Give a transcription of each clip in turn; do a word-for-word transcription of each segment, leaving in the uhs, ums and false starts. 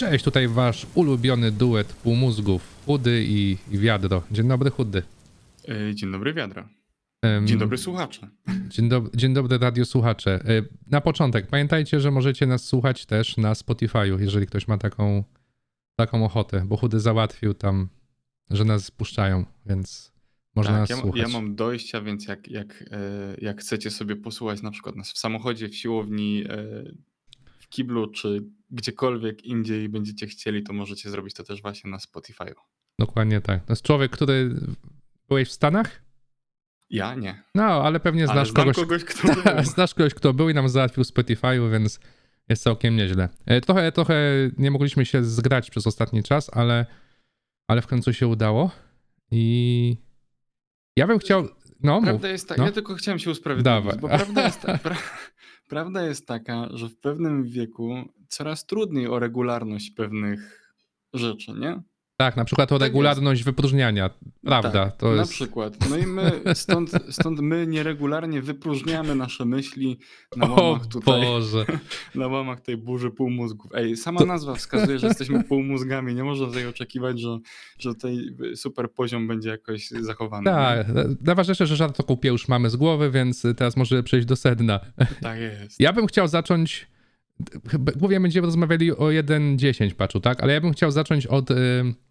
Cześć, tutaj wasz ulubiony duet półmózgów, Chudy i, i Wiadro. Dzień dobry, Chudy. Dzień dobry, Wiadro. Um, Dzień dobry, słuchacze. Dzień, do, dzień dobry, radiosłuchacze. Na początek, pamiętajcie, że możecie nas słuchać też na Spotify'u, jeżeli ktoś ma taką, taką ochotę, bo Chudy załatwił tam, że nas spuszczają, więc można tak, nas ja, słuchać. Ja mam dojścia, więc jak, jak, jak chcecie sobie posłuchać na przykład nas w samochodzie, w siłowni, w kiblu, czy gdziekolwiek indziej będziecie chcieli, to możecie zrobić to też właśnie na Spotify'u. Dokładnie tak. To jest człowiek, który... Byłeś w Stanach? Ja nie. No, ale pewnie ale znasz kogoś, kogoś, kto był. znasz kogoś, kto był i nam załatwił Spotify'u, więc jest całkiem nieźle. Trochę, trochę nie mogliśmy się zgrać przez ostatni czas, ale, ale w końcu się udało i ja bym chciał... No, Prawda mów. jest ta... no. Ja tylko chciałem się usprawiedliwić, Dawaj. bo prawda jest, ta... pra... prawda jest taka, że w pewnym wieku coraz trudniej o regularność pewnych rzeczy, nie? Tak, na przykład o Tak regularność jest. wypróżniania. Prawda, tak, to na jest... przykład. No i my stąd, stąd my nieregularnie wypróżniamy nasze myśli na O łamach tutaj, Boże. na łamach tej burzy półmózgów. Ej, sama To- nazwa wskazuje, że jesteśmy półmózgami. Nie można tutaj oczekiwać, że, że tutaj super poziom będzie jakoś zachowany. Tak, najważniejsze, że żartokupie już mamy z głowy, więc teraz możemy przejść do sedna. Tak jest. Ja bym chciał zacząć, chyba- głównie będziemy rozmawiali o jeden dziesięć patchu, tak? Ale ja bym chciał zacząć od, y,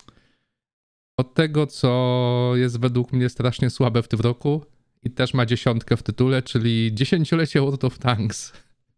od tego, co jest według mnie strasznie słabe w tym roku i też ma dziesiątkę w tytule, czyli dziesięciolecie World of Tanks.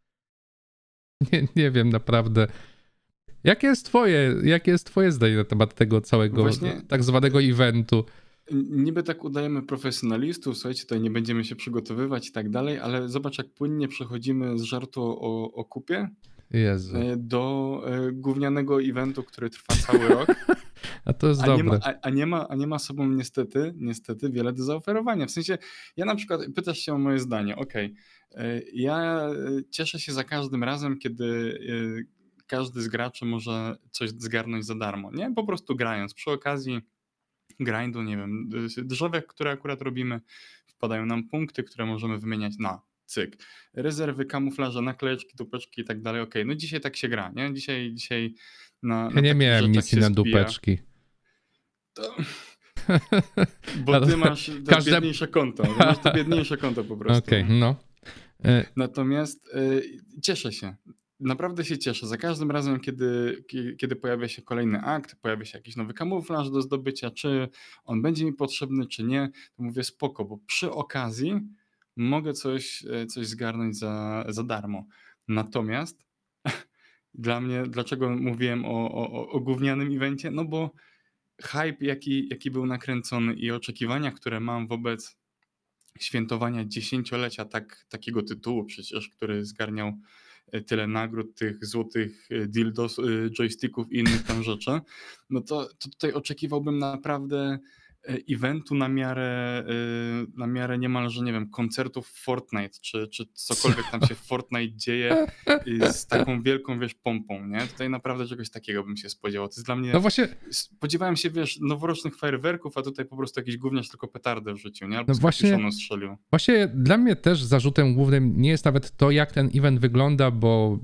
Nie, nie wiem naprawdę. Jakie jest twoje, jakie jest twoje zdanie na temat tego całego Właśnie- tak zwanego eventu? Niby tak udajemy profesjonalistów, słuchajcie, tutaj nie będziemy się przygotowywać i tak dalej, ale zobacz, jak płynnie przechodzimy z żartu o, o kupie Jezu. e, do e, gównianego eventu, który trwa cały rok. A to jest A nie, ma, dobre. a, a, nie ma, a nie ma sobą niestety, niestety wiele do zaoferowania. W sensie, ja na przykład, pytasz się o moje zdanie, okej, e, ja e, cieszę się za każdym razem, kiedy e, każdy z graczy może coś zgarnąć za darmo, nie? Po prostu grając. Przy okazji grindu, nie wiem, drzewek, które akurat robimy, wpadają nam punkty, które możemy wymieniać na cyk. Rezerwy, kamuflaże, naklejeczki, dupeczki i tak dalej. Okej, no dzisiaj tak się gra, nie? Dzisiaj, dzisiaj na, Ja na nie takich miałem rzeczach misji się na zbija. dupeczki. To... Bo ty masz to Każde- biedniejsze konto. Ty masz to biedniejsze konto po prostu. Okej, no. E, Natomiast y, cieszę się. Naprawdę się cieszę. Za każdym razem, kiedy, kie- kiedy pojawia się kolejny akt, pojawia się jakiś nowy kamuflaż do zdobycia, czy on będzie mi potrzebny, czy nie, to mówię spoko, bo przy okazji mogę coś, e, coś zgarnąć za, za darmo. Natomiast dla mnie, dlaczego mówiłem o, o, o- o gównianym evencie? No bo hype, jaki, jaki był nakręcony i oczekiwania, które mam wobec świętowania dziesięciolecia tak, takiego tytułu przecież, który zgarniał e, tyle nagród, tych złotych e, dildos, e, joysticków i innych tam rzeczy, no to, to tutaj oczekiwałbym naprawdę e, eventu na miarę, e, na miarę niemalże, nie wiem, koncertów w Fortnite, czy, czy cokolwiek tam się w Fortnite dzieje e, z taką wielką, wiesz, pompą, nie? Tutaj naprawdę czegoś takiego bym się spodziewał. To jest dla mnie... no właśnie, Spodziewałem się, wiesz, noworocznych fajerwerków, a tutaj po prostu jakiś gówniarz tylko petardę wrzucił, nie? Albo No z właśnie- kapiszonu strzelił. właśnie dla mnie też zarzutem głównym nie jest nawet to, jak ten event wygląda, bo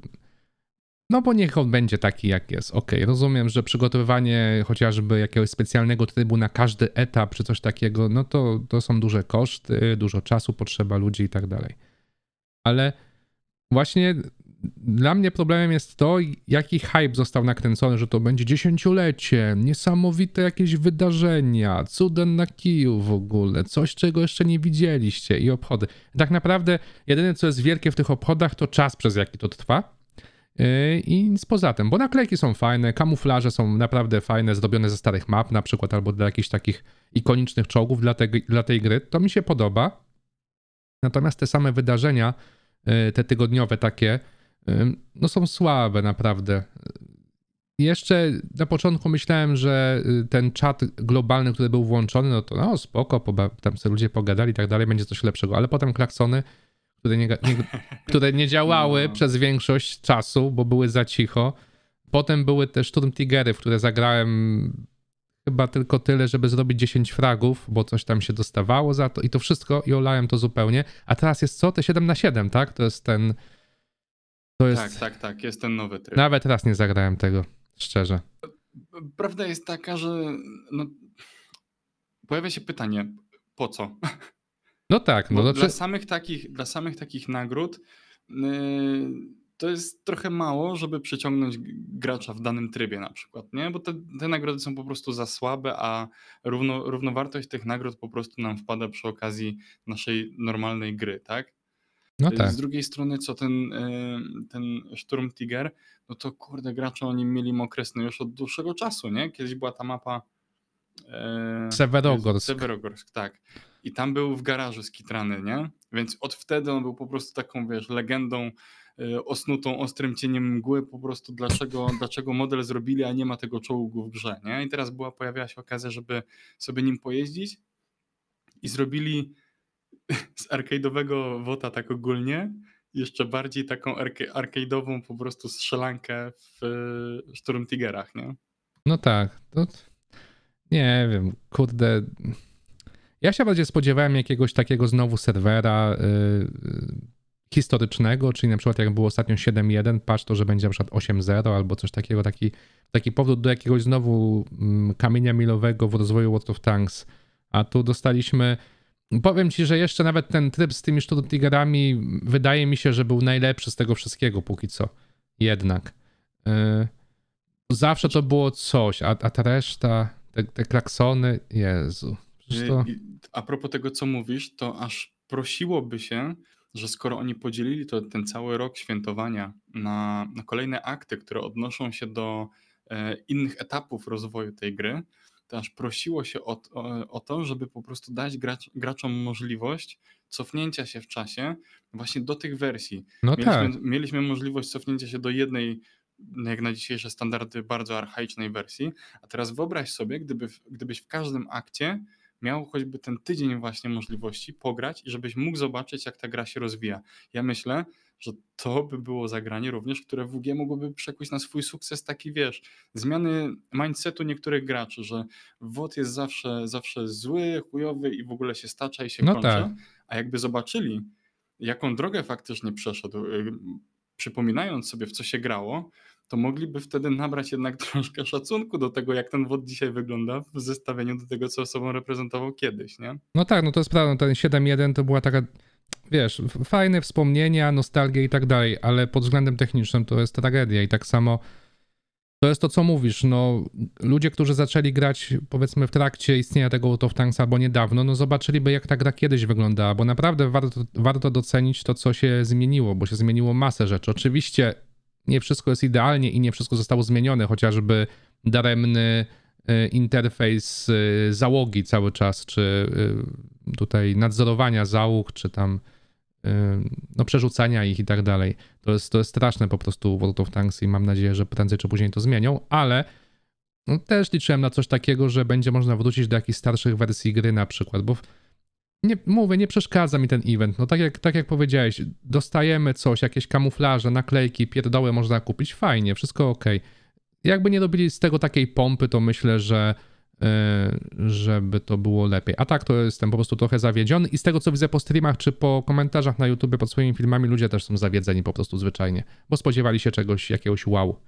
no bo niech on będzie taki, jak jest. Okej, rozumiem, że przygotowywanie chociażby jakiegoś specjalnego trybu na każdy etap, czy coś takiego, no to, to są duże koszty, dużo czasu potrzeba ludzi i tak dalej. Ale właśnie dla mnie problemem jest to, jaki hype został nakręcony, że to będzie dziesięciolecie, niesamowite jakieś wydarzenia, cudem na kiju w ogóle, coś, czego jeszcze nie widzieliście i obchody. Tak naprawdę jedyne, co jest wielkie w tych obchodach, to czas, przez jaki to trwa. Yy, I nic poza tym, bo naklejki są fajne, kamuflaże są naprawdę fajne, zrobione ze starych map na przykład, albo dla jakichś takich ikonicznych czołgów dla, tej- dla tej gry. To mi się podoba. Natomiast te same wydarzenia, yy, te tygodniowe takie, yy, no są słabe naprawdę. Jeszcze na początku myślałem, że yy, ten czat globalny, który był włączony, no to no spoko, poba- tam sobie ludzie pogadali i tak dalej, będzie coś lepszego, ale potem klaksony, które nie, ga- nie, które nie działały No. przez większość czasu, bo były za cicho. Potem były te Sturmtigery, w które zagrałem chyba tylko tyle, żeby zrobić dziesięć fragów, bo coś tam się dostawało za to i to wszystko i olałem to zupełnie. A teraz jest co? Te siedem na siedem, tak? To jest ten... To jest... Tak, tak, tak, jest ten nowy tryb. Nawet raz nie zagrałem tego. szczerze. Prawda jest taka, że no, pojawia się pytanie, po co? No tak, no Bo znaczy, dla samych takich, dla samych takich nagród yy, to jest trochę mało, żeby przyciągnąć g- gracza w danym trybie na przykład, nie? Bo te, te nagrody są po prostu za słabe, a równo, równowartość tych nagród po prostu nam wpada przy okazji naszej normalnej gry, tak? no Yy, Z tak. drugiej strony, co ten, yy, ten Sturmtiger, no to kurde, gracze oni mieli mokre sny już od dłuższego czasu, nie? Kiedyś była ta mapa Eee, Jezu, Sewerogorsk. Sewerogorsk, tak. I tam był w garażu skitrany, nie? Więc od wtedy on był po prostu taką, wiesz, legendą e, osnutą ostrym cieniem mgły, po prostu dlaczego, dlaczego model zrobili, a nie ma tego czołgu w grze, nie? I teraz była, pojawiała się okazja, żeby sobie nim pojeździć i zrobili z arcade'owego WOTA tak ogólnie jeszcze bardziej taką arca- arcade'ową po prostu strzelankę w e, Sturmtigerach, nie? No tak, to nie wiem, kurde. Ja się bardziej spodziewałem jakiegoś takiego znowu serwera yy, historycznego, czyli na przykład jak było ostatnio siedem jeden, patrz to, że będzie na przykład osiem zero albo coś takiego, taki, taki powrót do jakiegoś znowu mm, kamienia milowego w rozwoju World of Tanks. A tu dostaliśmy, powiem ci, że jeszcze nawet ten tryb z tymi Sturmtigerami wydaje mi się, że był najlepszy z tego wszystkiego póki co. Jednak. Yy, zawsze to było coś, a, a ta reszta, te, te klaksony, Jezu. Przecież to... I a propos tego, co mówisz, to aż prosiłoby się, że skoro oni podzielili to, ten cały rok świętowania na, na kolejne akty, które odnoszą się do e, innych etapów rozwoju tej gry, to aż prosiło się o, o, o to, żeby po prostu dać gracz, graczom możliwość cofnięcia się w czasie właśnie do tych wersji. No Mieliśmy, tak. mieliśmy możliwość cofnięcia się do jednej, jak na dzisiejsze standardy, bardzo archaicznej wersji, a teraz wyobraź sobie, gdyby, w- gdybyś w każdym akcie miał choćby ten tydzień właśnie możliwości pograć i żebyś mógł zobaczyć, jak ta gra się rozwija. Ja myślę, że to by było zagranie również, które W G mogłoby przekuć na swój sukces taki, wiesz, zmiany mindsetu niektórych graczy, że WOT jest zawsze, zawsze zły, chujowy i w ogóle się stacza i się No kończy, tak. a jakby zobaczyli, jaką drogę faktycznie przeszedł, y, przypominając sobie, w co się grało, to mogliby wtedy nabrać jednak troszkę szacunku do tego, jak ten WOT dzisiaj wygląda w zestawieniu do tego, co sobą reprezentował kiedyś, nie? No tak, no to jest prawda, no ten siedem jeden to była taka, wiesz, f- fajne wspomnienia, nostalgia i tak dalej, ale pod względem technicznym to jest tragedia i tak samo to jest to, co mówisz, no ludzie, którzy zaczęli grać powiedzmy w trakcie istnienia tego World of Tanks albo niedawno, no zobaczyliby jak ta gra kiedyś wyglądała, bo naprawdę warto, warto docenić to, co się zmieniło, bo się zmieniło masę rzeczy. Oczywiście nie wszystko jest idealnie i nie wszystko zostało zmienione, chociażby daremny y, interfejs y, załogi cały czas, czy y, tutaj nadzorowania załóg, czy tam y, no, przerzucania ich i tak dalej. To jest, to jest straszne po prostu World of Tanks i mam nadzieję, że prędzej czy później to zmienią, ale no, też liczyłem na coś takiego, że będzie można wrócić do jakichś starszych wersji gry na przykład, bo nie, mówię, nie przeszkadza mi ten event. No tak jak, tak jak powiedziałeś, dostajemy coś, jakieś kamuflaże, naklejki, pierdoły można kupić, fajnie, wszystko ok. Jakby nie robili z tego takiej pompy, to myślę, że yy, żeby to było lepiej. A tak to jestem po prostu trochę zawiedziony i z tego co widzę po streamach czy po komentarzach na YouTube pod swoimi filmami, ludzie też są zawiedzeni po prostu zwyczajnie, bo spodziewali się czegoś, jakiegoś wow.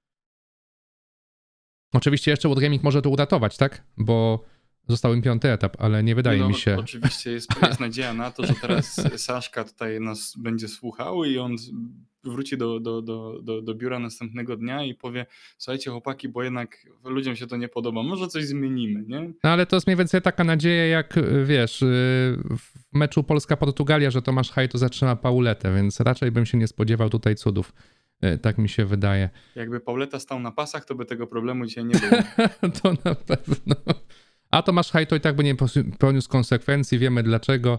Oczywiście jeszcze Wargaming może to uratować, tak? Bo został im piąty etap, ale nie wydaje No, mi się. oczywiście jest, jest nadzieja na to, że teraz Saszka tutaj nas będzie słuchał i on wróci do, do, do, do, do biura następnego dnia i powie: słuchajcie chłopaki, bo jednak ludziom się to nie podoba, może coś zmienimy, nie? No ale to jest mniej więcej taka nadzieja, jak wiesz, w meczu Polska-Portugalia, że Tomasz Hajto zatrzyma Pauletę, więc raczej bym się nie spodziewał tutaj cudów. Tak mi się wydaje. Jakby Pauleta stał na pasach, to by tego problemu dzisiaj nie było. To na pewno. A Tomasz Hajto i tak by nie poniósł konsekwencji, wiemy dlaczego.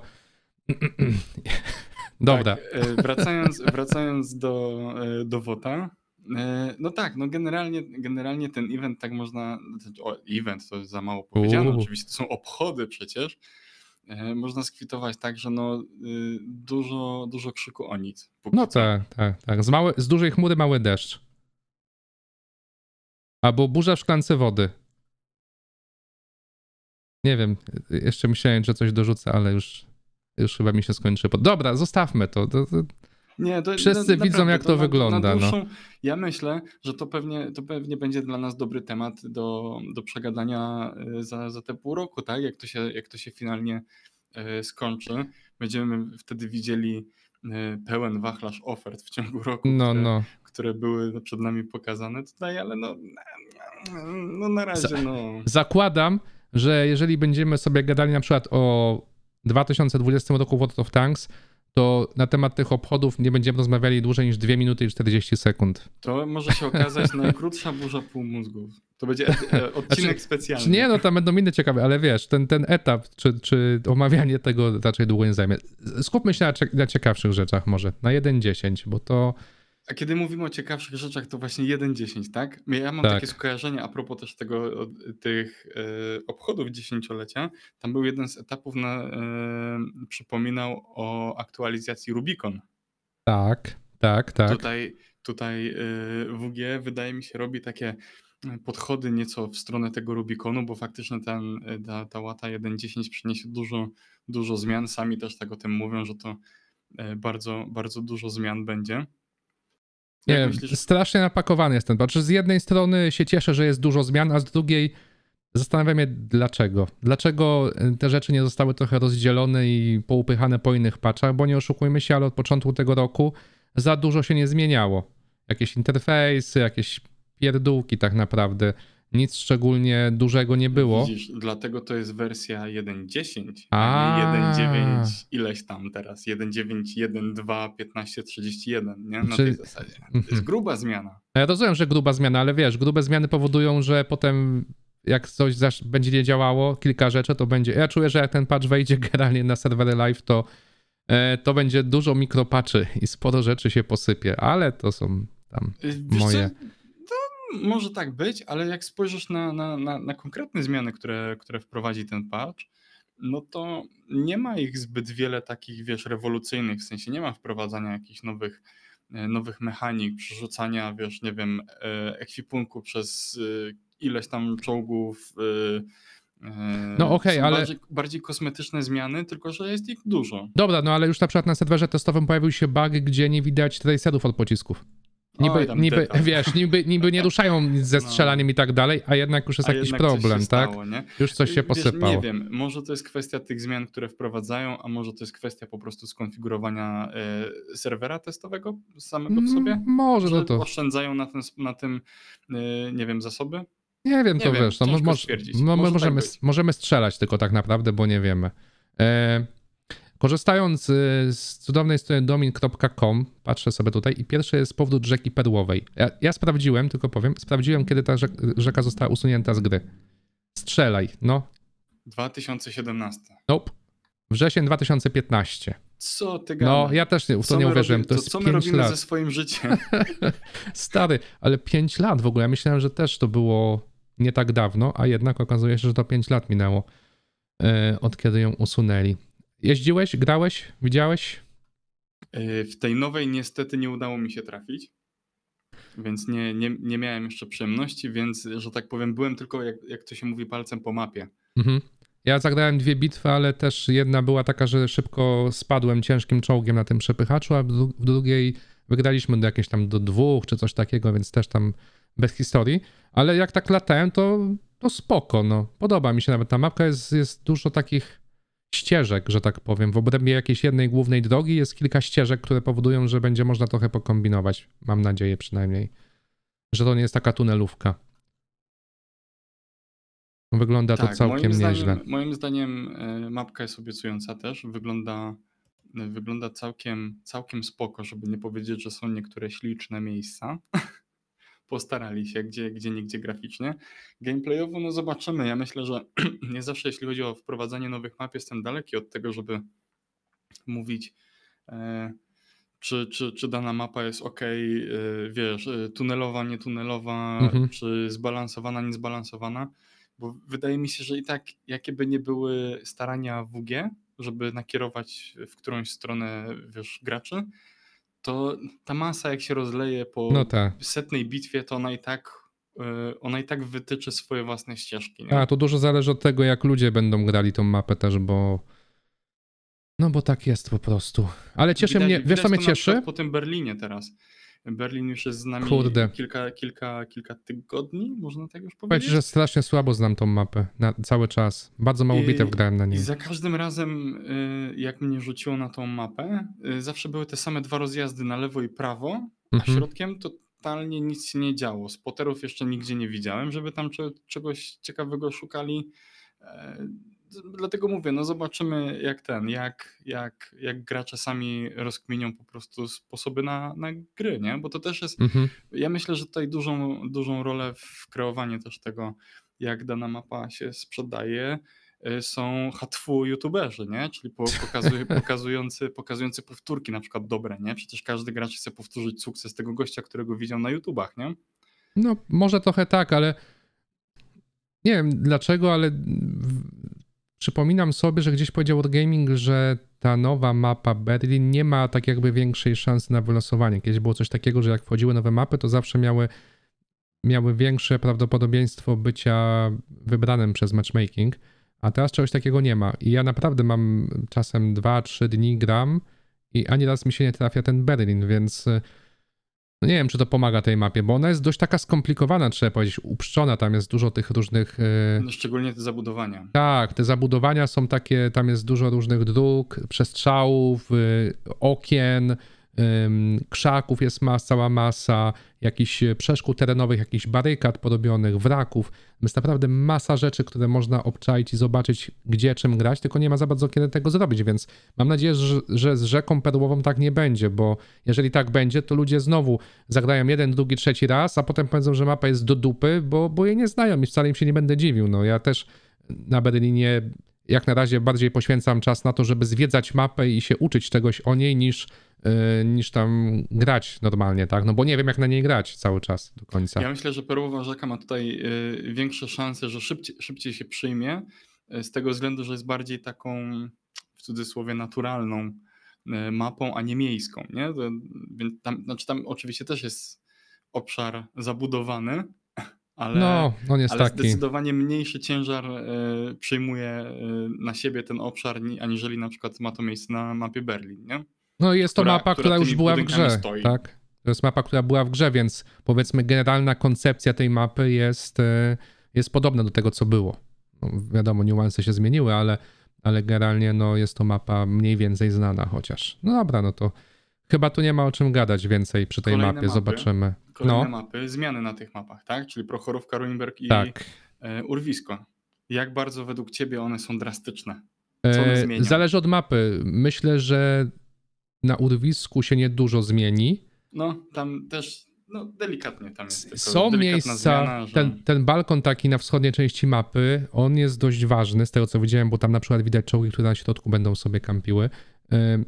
Dobra. Tak, wracając, wracając do, do WOTA, no tak, no generalnie, generalnie ten event tak można, o, event to jest za mało powiedziane, Uuu. oczywiście to są obchody przecież, można skwitować tak, że no dużo, dużo krzyku o nic. No co. tak, tak, tak. Z, małe, z dużej chmury mały deszcz. Albo burza w szklance wody. Nie wiem, jeszcze myślałem, że coś dorzucę, ale już, już chyba mi się skończy. Dobra, zostawmy to. to, to... Nie, to na Wszyscy widzą, naprawdę, jak to to na na wygląda, no. dłuższą ja myślę, że to pewnie to pewnie będzie dla nas dobry temat do do przegadania, y, za za te pół roku, tak? Jak to się jak to się finalnie, y, skończy. Będziemy wtedy widzieli, y, pełen wachlarz ofert w ciągu roku, No, które no. które były przed nami pokazane tutaj, ale no no na Za razie, no. zakładam, że jeżeli będziemy sobie gadali na przykład o dwa tysiące dwudziestym roku World of Tanks, to na temat tych obchodów nie będziemy rozmawiali dłużej niż dwie minuty i czterdzieści sekund. To może się okazać najkrótsza burza półmózgów. To będzie et e, odcinek Znaczy, specjalny. czy nie, no tam będą inne ciekawe, ale wiesz, ten, ten etap, czy, czy omawianie tego raczej długo nie zajmie. Skupmy się na, cie- na ciekawszych rzeczach może, na jeden dziesięć, bo to A kiedy mówimy o ciekawszych rzeczach, to właśnie jeden dziesięć, tak? Ja mam tak, takie skojarzenie a propos też tego, od, tych e, obchodów dziesięciolecia. Tam był jeden z etapów, na, e, przypominał o aktualizacji Rubicon. tak, tak, tak. Tutaj, tutaj e, W G wydaje mi się robi takie podchody nieco w stronę tego Rubiconu, bo faktycznie ten, ta, ta łata jeden dziesięć przyniesie dużo, dużo zmian. Sami też tak o tym mówią, że to e, bardzo, bardzo dużo zmian będzie. Jak Nie, myślisz? strasznie napakowany jest ten patch. Z jednej strony się cieszę, że jest dużo zmian, a z drugiej zastanawiam się dlaczego. Dlaczego te rzeczy nie zostały trochę rozdzielone i poupychane po innych patchach, bo nie oszukujmy się, ale od początku tego roku za dużo się nie zmieniało. Jakieś interfejsy, jakieś pierdółki tak naprawdę. Nic szczególnie dużego nie było. Widzisz, dlatego to jest wersja jeden dziesięć, A a nie jeden dziewięć ileś tam teraz. jeden dziewięć, jeden dwa, piętnaście trzydzieści jeden, nie? Na tej Czyli- zasadzie. To jest gruba zmiana. No ja rozumiem, że gruba zmiana, ale wiesz, grube zmiany powodują, że potem jak coś zaś będzie nie działało, kilka rzeczy, to będzie... Ja czuję, że jak ten patch wejdzie generalnie na serwery live, to e, to będzie dużo mikropatchy i sporo rzeczy się posypie, ale to są tam Wiesz moje... co? To może tak być, ale jak spojrzysz na, na, na, na konkretne zmiany, które, które wprowadzi ten patch, no to nie ma ich zbyt wiele takich, wiesz, rewolucyjnych, w sensie nie ma wprowadzania jakichś nowych, e, nowych mechanik, przerzucania, wiesz, nie wiem, e, ekwipunku przez e, ileś tam czołgów. e, e, No okej, są ale- bardziej, bardziej kosmetyczne zmiany, tylko że jest ich dużo. Dobra, no ale już na przykład na serwerze testowym pojawił się bug, gdzie nie widać tracerów od pocisków. Niby, Oj, tam niby detal. wiesz, niby, niby nie ruszają nic ze No. strzelaniem i tak dalej, a jednak już jest A jakiś jednak coś problem, się tak? stało, nie? Już coś się Wiesz, posypało. nie wiem, może to jest kwestia tych zmian, które wprowadzają, a może to jest kwestia po prostu skonfigurowania e, serwera testowego samego w sobie? Mm, Może Że no to... oszczędzają na tym, na tym e, nie wiem, zasoby? Nie wiem, Nie to wiem, wiesz, no, mo- ciężko moż- stwierdzić. no, my Może tak możemy, być. możemy strzelać tylko tak naprawdę, bo nie wiemy. E, korzystając y, z cudownej strony domin kropka com, patrzę sobie tutaj i pierwszy jest powrót rzeki Perłowej. Ja, ja sprawdziłem, tylko powiem, sprawdziłem, kiedy ta rzek, rzeka została usunięta z gry. Strzelaj, no. dwa tysiące siedemnasty. Nope. Wrzesień dwa tysiące piętnasty. Co ty No, gadasz? ja też nie, w Co to nie my uwierzyłem, robimy- to jest co my pięć robimy lat. ze swoim życiem? Stary, ale pięć lat w ogóle. Ja myślałem, że też to było nie tak dawno, a jednak okazuje się, że to pięć lat minęło, e, od kiedy ją usunęli. Jeździłeś, grałeś, widziałeś? E, W tej nowej niestety nie udało mi się trafić, więc nie, nie, nie miałem jeszcze przyjemności, więc, że tak powiem, byłem tylko, jak, jak to się mówi, palcem po mapie. Mhm. Ja zagrałem dwie bitwy, ale też jedna była taka, że szybko spadłem ciężkim czołgiem na tym przepychaczu, a w dru- w drugiej wygraliśmy do jakieś tam do dwóch czy coś takiego, więc też tam bez historii. Ale jak tak latałem, to, to spoko, no. Podoba mi się nawet ta mapka, jest, jest dużo takich ścieżek, że tak powiem. W obrębie jakiejś jednej głównej drogi jest kilka ścieżek, które powodują, że będzie można trochę pokombinować. Mam nadzieję przynajmniej, że to nie jest taka tunelówka. Wygląda to całkiem moim nieźle. zdaniem, moim zdaniem e, mapka jest obiecująca też. Wygląda, e, wygląda całkiem, całkiem spoko, żeby nie powiedzieć, że są niektóre śliczne miejsca. Postarali się, gdzie, gdzie niegdzie graficznie. Gameplayowo, no zobaczymy. Ja myślę, że nie zawsze, jeśli chodzi o wprowadzanie nowych map, jestem daleki od tego, żeby mówić, e, czy, czy, czy dana mapa jest ok, e, wiesz, e, tunelowa, nietunelowa, Mhm. czy zbalansowana, niezbalansowana. Bo wydaje mi się, że i tak, jakie by nie były starania W G, żeby nakierować w którąś stronę, wiesz, graczy, to ta masa, jak się rozleje po No tak. setnej bitwie, to ona i tak, e, ona i tak wytyczy swoje własne ścieżki. Nie? A, to dużo zależy od tego, jak ludzie będą grali tą mapę też, bo No bo tak jest po prostu. Ale cieszy Widać, mnie, wiesz widać co mnie to na przykład cieszy? po tym Berlinie teraz. Berlin już jest z nami Kurde. kilka, kilka, kilka tygodni, można tak już Powiem ci, powiedzieć. że strasznie słabo znam tą mapę na cały czas. Bardzo mało bitew grałem na I niej. za każdym razem, y, jak mnie rzuciło na tą mapę, y, zawsze były te same dwa rozjazdy na lewo i prawo, a Mhm. środkiem totalnie nic się nie działo. Spoterów jeszcze nigdzie nie widziałem, żeby tam cze- czegoś ciekawego szukali. E, d- Dlatego mówię, no zobaczymy jak ten, jak, jak, jak gracze sami rozkminią po prostu sposoby na, na gry, nie? Bo to też jest, Mhm. ja myślę, że tutaj dużą, dużą rolę w kreowaniu też tego, jak dana mapa się sprzedaje, y, są hatfu youtuberzy, nie? Czyli po, pokazuj, pokazujący, pokazujący powtórki na przykład dobre, nie? Przecież każdy gracz chce powtórzyć sukces tego gościa, którego widział na YouTubach, nie? No może trochę tak, ale nie wiem dlaczego, ale w... przypominam sobie, że gdzieś powiedział Wargaming, że ta nowa mapa Berlin nie ma tak jakby większej szansy na wylosowanie. Kiedyś było coś takiego, że jak wchodziły nowe mapy, to zawsze miały miały większe prawdopodobieństwo bycia wybranym przez matchmaking, a teraz czegoś takiego nie ma. I ja naprawdę mam czasem dwa trzy dni gram i ani raz mi się nie trafia ten Berlin, więc no nie wiem, czy to pomaga tej mapie, bo ona jest dość taka skomplikowana, trzeba powiedzieć, uprzczona, tam jest dużo tych różnych... No, szczególnie te zabudowania. Tak, te zabudowania są takie, tam jest dużo różnych dróg, przestrzałów, okien, krzaków jest masa, cała masa, jakichś przeszkód terenowych, jakichś barykad porobionych, wraków. Jest naprawdę masa rzeczy, które można obczaić i zobaczyć, gdzie, czym grać, tylko nie ma za bardzo kiedy tego zrobić, więc mam nadzieję, że, że z Rzeką Perłową tak nie będzie, bo jeżeli tak będzie, to ludzie znowu zagrają jeden, drugi, trzeci raz, a potem powiedzą, że mapa jest do dupy, bo, bo jej nie znają i wcale im się nie będę dziwił. No ja też na Berlinie jak na razie bardziej poświęcam czas na to, żeby zwiedzać mapę i się uczyć czegoś o niej, niż niż tam grać normalnie, tak? No bo nie wiem, jak na niej grać cały czas do końca. Ja myślę, że Perłowa Rzeka ma tutaj y, większe szanse, że szybciej, szybciej się przyjmie, y, z tego względu, że jest bardziej taką, w cudzysłowie, naturalną y, mapą, a nie miejską, nie? To, więc tam, znaczy tam oczywiście też jest obszar zabudowany, ale, No, on jest ale taki. zdecydowanie mniejszy ciężar y, przyjmuje y, na siebie ten obszar, ni- aniżeli na przykład ma to miejsce na mapie Berlin, nie? No jest to Która- mapa, która która już tymi była w budynkami grze, stoi. tak? To jest mapa, która była w grze, więc powiedzmy generalna koncepcja tej mapy jest, e, jest podobna do tego, co było. No, wiadomo, niuanse się zmieniły, ale, ale generalnie no, jest to mapa mniej więcej znana chociaż. No dobra, no to chyba tu nie ma o czym gadać więcej przy tej Kolejne mapie, mapy. zobaczymy. Kolejne No, mapy, zmiany na tych mapach, tak? Czyli Prochorówka, Ruimberg i tak. e, Urwisko. Jak bardzo według ciebie one są drastyczne? Co one E, zmienią? Zależy od mapy. Myślę, że na Urwisku się niedużo zmieni. No, tam też, no delikatnie tam jest. Tylko Są delikatna miejsca, zmiana, że... ten, ten balkon taki na wschodniej części mapy, on jest dość ważny z tego co widziałem, bo tam na przykład widać czołgi, które na środku będą sobie kampiły. Ym,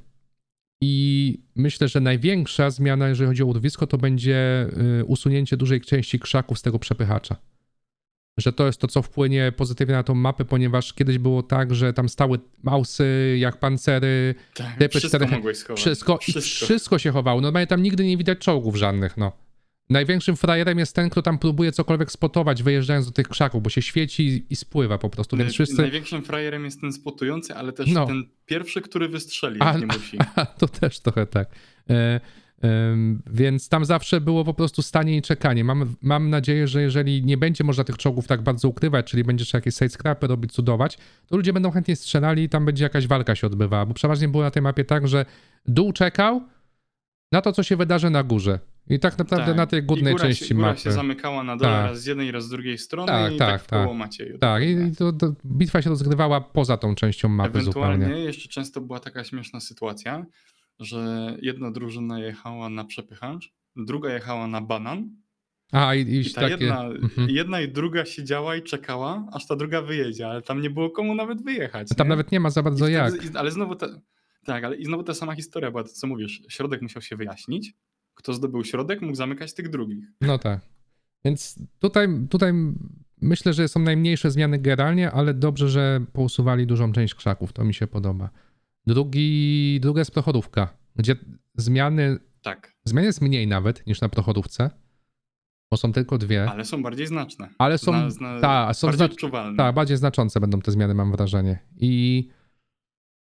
I myślę, że największa zmiana, jeżeli chodzi o urwisko, to będzie y, usunięcie dużej części krzaków z tego przepychacza. Że to jest to, co wpłynie pozytywnie na tą mapę, ponieważ kiedyś było tak, że tam stały mausy, jak pancery, Tak, typy wszystko czterech- mogłeś schować. wszystko, i wszystko się chowało. Normalnie tam nigdy nie widać czołgów żadnych, no. Największym frajerem jest ten, kto tam próbuje cokolwiek spotować, wyjeżdżając do tych krzaków, bo się świeci i spływa po prostu, więc Naj- wszyscy... Największym frajerem jest ten spotujący, ale też No. ten pierwszy, który wystrzeli, A, jak nie musi. a, to też trochę tak. E, em, więc tam zawsze było po prostu stanie i czekanie. Mam, mam nadzieję, że jeżeli nie będzie można tych czołgów tak bardzo ukrywać, czyli będzie trzeba jakieś side scrapy robić, cudować, to ludzie będą chętnie strzelali i tam będzie jakaś walka się odbywała, bo przeważnie było na tej mapie tak, że dół czekał na to, co się wydarzy na górze. I tak naprawdę Tak. na tej górnej I góra części się, góra mapy. się zamykała na dole Tak. raz z jednej, raz z drugiej strony Tak, i tak, tak w koło tak. Macieju. Tak, i to, to bitwa się rozgrywała poza tą częścią mapy Ewentualnie zupełnie. jeszcze często była taka śmieszna sytuacja, że jedna drużyna jechała na przepychacz, druga jechała na banan A, i, i, i ta takie... jedna, Mhm. jedna i druga siedziała i czekała, aż ta druga wyjedzie, ale tam nie było komu nawet wyjechać. Tam nie? nawet nie ma za I bardzo wtedy, jak. i- Ale znowu ta, tak, ale i znowu ta sama historia była, to co mówisz, środek musiał się wyjaśnić, kto zdobył środek, mógł zamykać tych drugich. No tak. Więc tutaj, tutaj myślę, że są najmniejsze zmiany generalnie, ale dobrze, że pousuwali dużą część krzaków. To mi się podoba. Drugi, druga jest prochodówka, gdzie zmiany, Tak, zmian jest mniej nawet niż na prochodówce, bo są tylko dwie, ale są bardziej znaczne. ale są, Zna, zna, ta, są bardziej znacz- odczuwalne. tak, bardziej znaczące będą te zmiany, mam wrażenie. I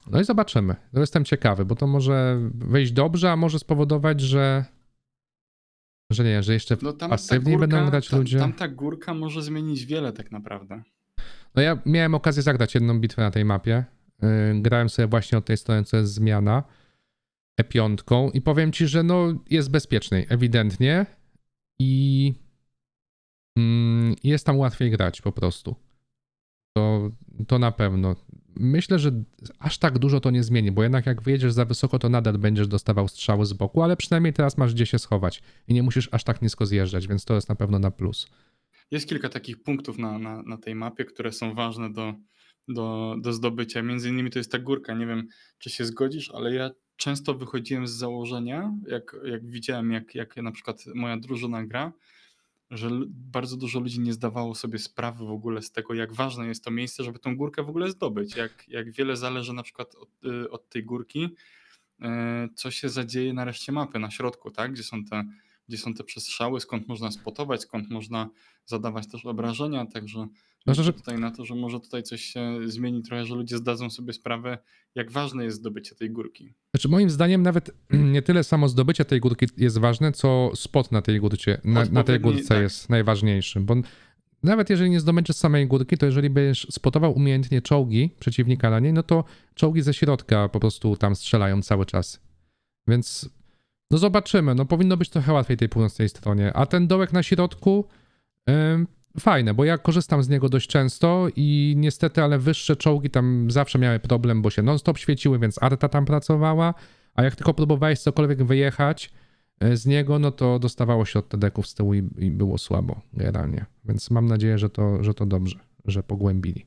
No i zobaczymy. No jestem ciekawy, bo to może wyjść dobrze, a może spowodować, że że nie, że jeszcze No tam ta pasywniej będą górka, grać tam, ludzie. tam ta górka może zmienić wiele tak naprawdę. No ja miałem okazję zagrać jedną bitwę na tej mapie. Yy, grałem sobie właśnie od tej strony, co jest zmiana E pięć i powiem ci, że no jest bezpieczniej, ewidentnie i mm, jest tam łatwiej grać po prostu. To, to na pewno. Myślę, że aż tak dużo to nie zmieni, bo jednak jak wyjedziesz za wysoko, to nadal będziesz dostawał strzały z boku, ale przynajmniej teraz masz gdzie się schować i nie musisz aż tak nisko zjeżdżać, więc to jest na pewno na plus. Jest kilka takich punktów na, na, na tej mapie, które są ważne do, do, do zdobycia. Między innymi to jest ta górka. Nie wiem, czy się zgodzisz, ale ja często wychodziłem z założenia, jak, jak widziałem, jak, jak na przykład moja drużyna gra, że l- bardzo dużo ludzi nie zdawało sobie sprawy w ogóle z tego, jak ważne jest to miejsce, żeby tą górkę w ogóle zdobyć. Jak, jak wiele zależy na przykład od, y, od tej górki, y, co się zadzieje na reszcie mapy, na środku, tak? Gdzie są te, gdzie są te przestrzały, skąd można spotować, skąd można zadawać też obrażenia, także Znaczy, liczę że tutaj na to, że może tutaj coś się zmieni trochę, że ludzie zdadzą sobie sprawę, jak ważne jest zdobycie tej górki. Znaczy moim zdaniem nawet nie tyle samo zdobycie tej górki jest ważne, co spot na tej górce, na, na tej Odpowiedni, górce tak. jest najważniejszy, bo nawet jeżeli nie zdobędziesz samej górki, to jeżeli będziesz spotował umiejętnie czołgi przeciwnika na niej, no to czołgi ze środka po prostu tam strzelają cały czas. Więc no zobaczymy, no powinno być trochę łatwiej tej północnej stronie, a ten dołek na środku ym, fajne, bo ja korzystam z niego dość często i niestety, ale wyższe czołgi tam zawsze miały problem, bo się non-stop świeciły, więc arta tam pracowała, a jak tylko próbowałeś cokolwiek wyjechać y, z niego, no to dostawało się od tedeków z tyłu i, i było słabo generalnie. Więc mam nadzieję, że to, że to dobrze, że pogłębili.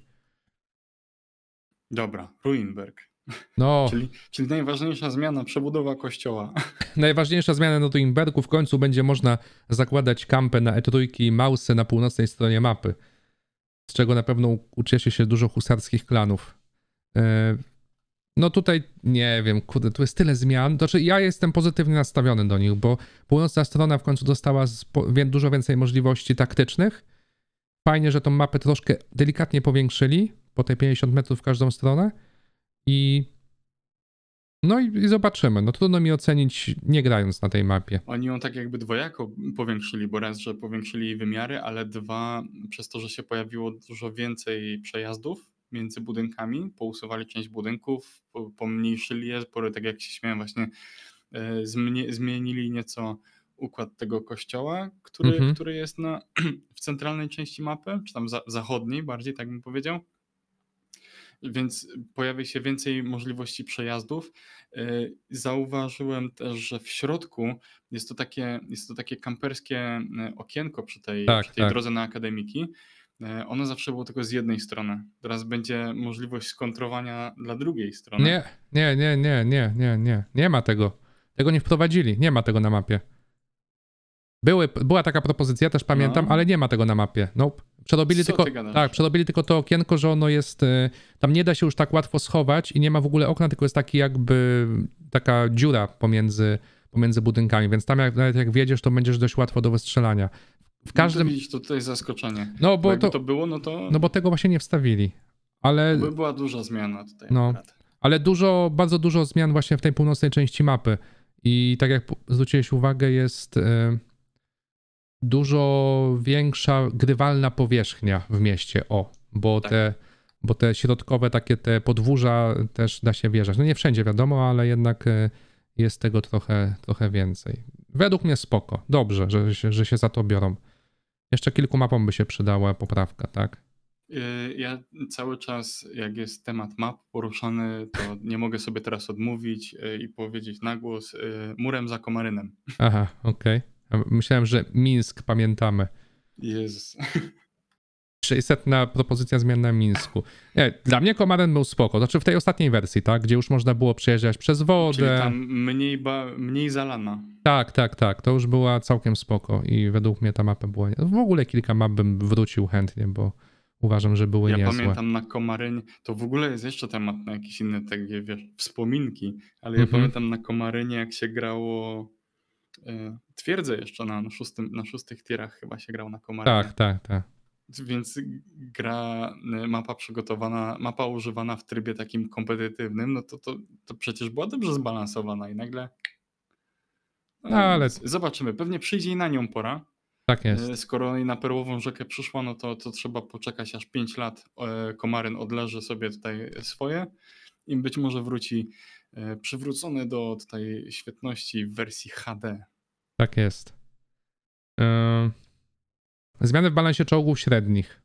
Dobra, Ruinberg. No, Czyli, czyli najważniejsza zmiana, przebudowa kościoła. najważniejsza zmiana na Tuimbergu, w końcu będzie można zakładać kampę na E trzy i Mausy na północnej stronie mapy, z czego na pewno ucieszy się dużo husarskich klanów. E, No tutaj nie wiem, kurde, tu jest tyle zmian. Znaczy ja jestem pozytywnie nastawiony do nich, bo północna strona w końcu dostała spo- wie- dużo więcej możliwości taktycznych. Fajnie, że tą mapę troszkę delikatnie powiększyli, po te pięćdziesiąt metrów w każdą stronę. I no i, i zobaczymy. No trudno mi ocenić, nie grając na tej mapie. Oni ją tak jakby dwojako powiększyli, bo raz, że powiększyli jej wymiary, ale dwa, przez to, że się pojawiło dużo więcej przejazdów między budynkami, pousuwali część budynków, po- pomniejszyli je, spory, tak jak się śmiałem właśnie, e, zmieni- zmienili nieco układ tego kościoła, który, Mhm. który jest na, w centralnej części mapy, czy tam za, zachodniej bardziej, tak bym powiedział. Więc pojawia się więcej możliwości przejazdów. Yy, Zauważyłem też, że w środku jest to takie, jest to takie kamperskie yy, okienko przy tej, przy Tak, tej tak. drodze na akademiki. Yy, Ono zawsze było tylko z jednej strony. Teraz będzie możliwość skontrowania dla drugiej strony. Nie, nie, nie, nie, nie, nie, nie. Nie ma tego. Tego nie wprowadzili. Nie ma tego na mapie. Były, była taka propozycja, też pamiętam, No. ale nie ma tego na mapie. Nope. Przerobili Co tylko, ty gadasz? tak, przerobili tylko to okienko, że ono jest, y, tam nie da się już tak łatwo schować i nie ma w ogóle okna, tylko jest taki jakby taka dziura pomiędzy, pomiędzy budynkami, więc tam jak, nawet jak wjedziesz, to będziesz dość łatwo do wystrzelania. W No to każdym, widzisz, to tutaj zaskoczenie. no Bo bo jakby to, to było, no to, no bo tego właśnie nie wstawili. Ale, to by była duża zmiana tutaj no, akurat. ale dużo, bardzo dużo zmian właśnie w tej północnej części mapy i tak jak zwróciłeś uwagę, jest... y, dużo większa grywalna powierzchnia w mieście, o, bo Tak. te, bo te środkowe takie te podwórza też da się wjeżdżać. No nie wszędzie wiadomo, ale jednak e, jest tego trochę, trochę więcej. Według mnie spoko, dobrze, że się, że się za to biorą. Jeszcze kilku mapom by się przydała poprawka, tak? Yy, Ja cały czas, jak jest temat map poruszany, to nie mogę sobie teraz odmówić yy, i powiedzieć na głos yy, murem za Komarynem. Aha, okej. A myślałem, że Mińsk pamiętamy. Jezus. sześćsetna propozycja zmian na Mińsku. Nie, dla mnie Komaren był spoko. Znaczy w tej ostatniej wersji, tak? Gdzie już można było przejeżdżać przez Czyli wodę. tam mniej, ba, mniej zalana. Tak, tak, tak. To już była całkiem spoko i według mnie ta mapa była... W ogóle kilka map bym wrócił chętnie, bo uważam, że były Ja niezłe. pamiętam na Komarynie, to w ogóle jest jeszcze temat na jakieś inne takie, wiesz, wspominki, ale ja Mhm. pamiętam na Komarynie, jak się grało yy, twierdzę jeszcze na, na, szóstym, na szóstych tierach chyba się grał na Komarynie. Tak, tak, tak. Więc gra, y, mapa przygotowana, mapa używana w trybie takim kompetytywnym, no to to to przecież była dobrze zbalansowana i nagle No no ale nic. Zobaczymy, pewnie przyjdzie i na nią pora. tak Y, jest. skoro i na Perłową Rzekę przyszła, no to to trzeba poczekać aż pięć lat, e, Komaryn odleży sobie tutaj swoje i być może wróci, e, przywrócony do tutaj świetności w wersji H D. Tak jest. Yy, zmiany w balansie czołgów średnich.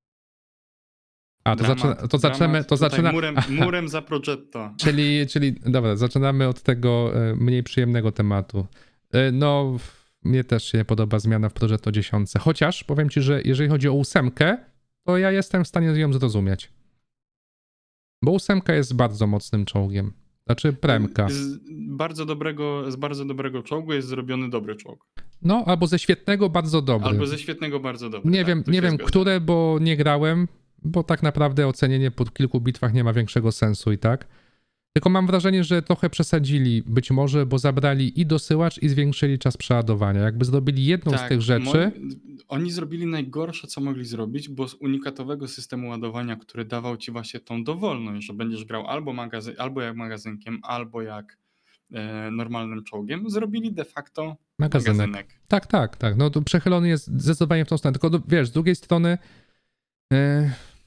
A, to, zaczyna, Dramat, to zaczynamy, dramat. to Tutaj zaczyna... murem, Aha, murem za Progetto. czyli, czyli, dobra, zaczynamy od tego e, mniej przyjemnego tematu. E, No, w- mnie też się nie podoba zmiana w Progetto dziesięć. Chociaż powiem ci, że jeżeli chodzi o ósemkę, to ja jestem w stanie ją zrozumieć. Bo ósemka jest bardzo mocnym czołgiem. Znaczy premka. Z bardzo dobrego, z bardzo dobrego czołgu jest zrobiony dobry czołg. No, albo ze świetnego bardzo dobry. Albo ze świetnego bardzo dobry. Nie tak, wiem, tu nie się wiem zgodzę. które, bo nie grałem, bo tak naprawdę ocenienie po kilku bitwach nie ma większego sensu i tak. Tylko mam wrażenie, że trochę przesadzili być może, bo zabrali i dosyłacz i zwiększyli czas przeładowania. Jakby zrobili jedną z Tak, tych rzeczy, moi, oni zrobili najgorsze, co mogli zrobić, bo z unikatowego systemu ładowania, który dawał ci właśnie tą dowolność, że będziesz grał albo, magazyn, albo jak magazynkiem, albo jak e, normalnym czołgiem, zrobili de facto magazynek. magazynek. Tak, tak, tak. No to przechylony jest zdecydowanie w tą stronę. Tylko do- wiesz, z drugiej strony yy,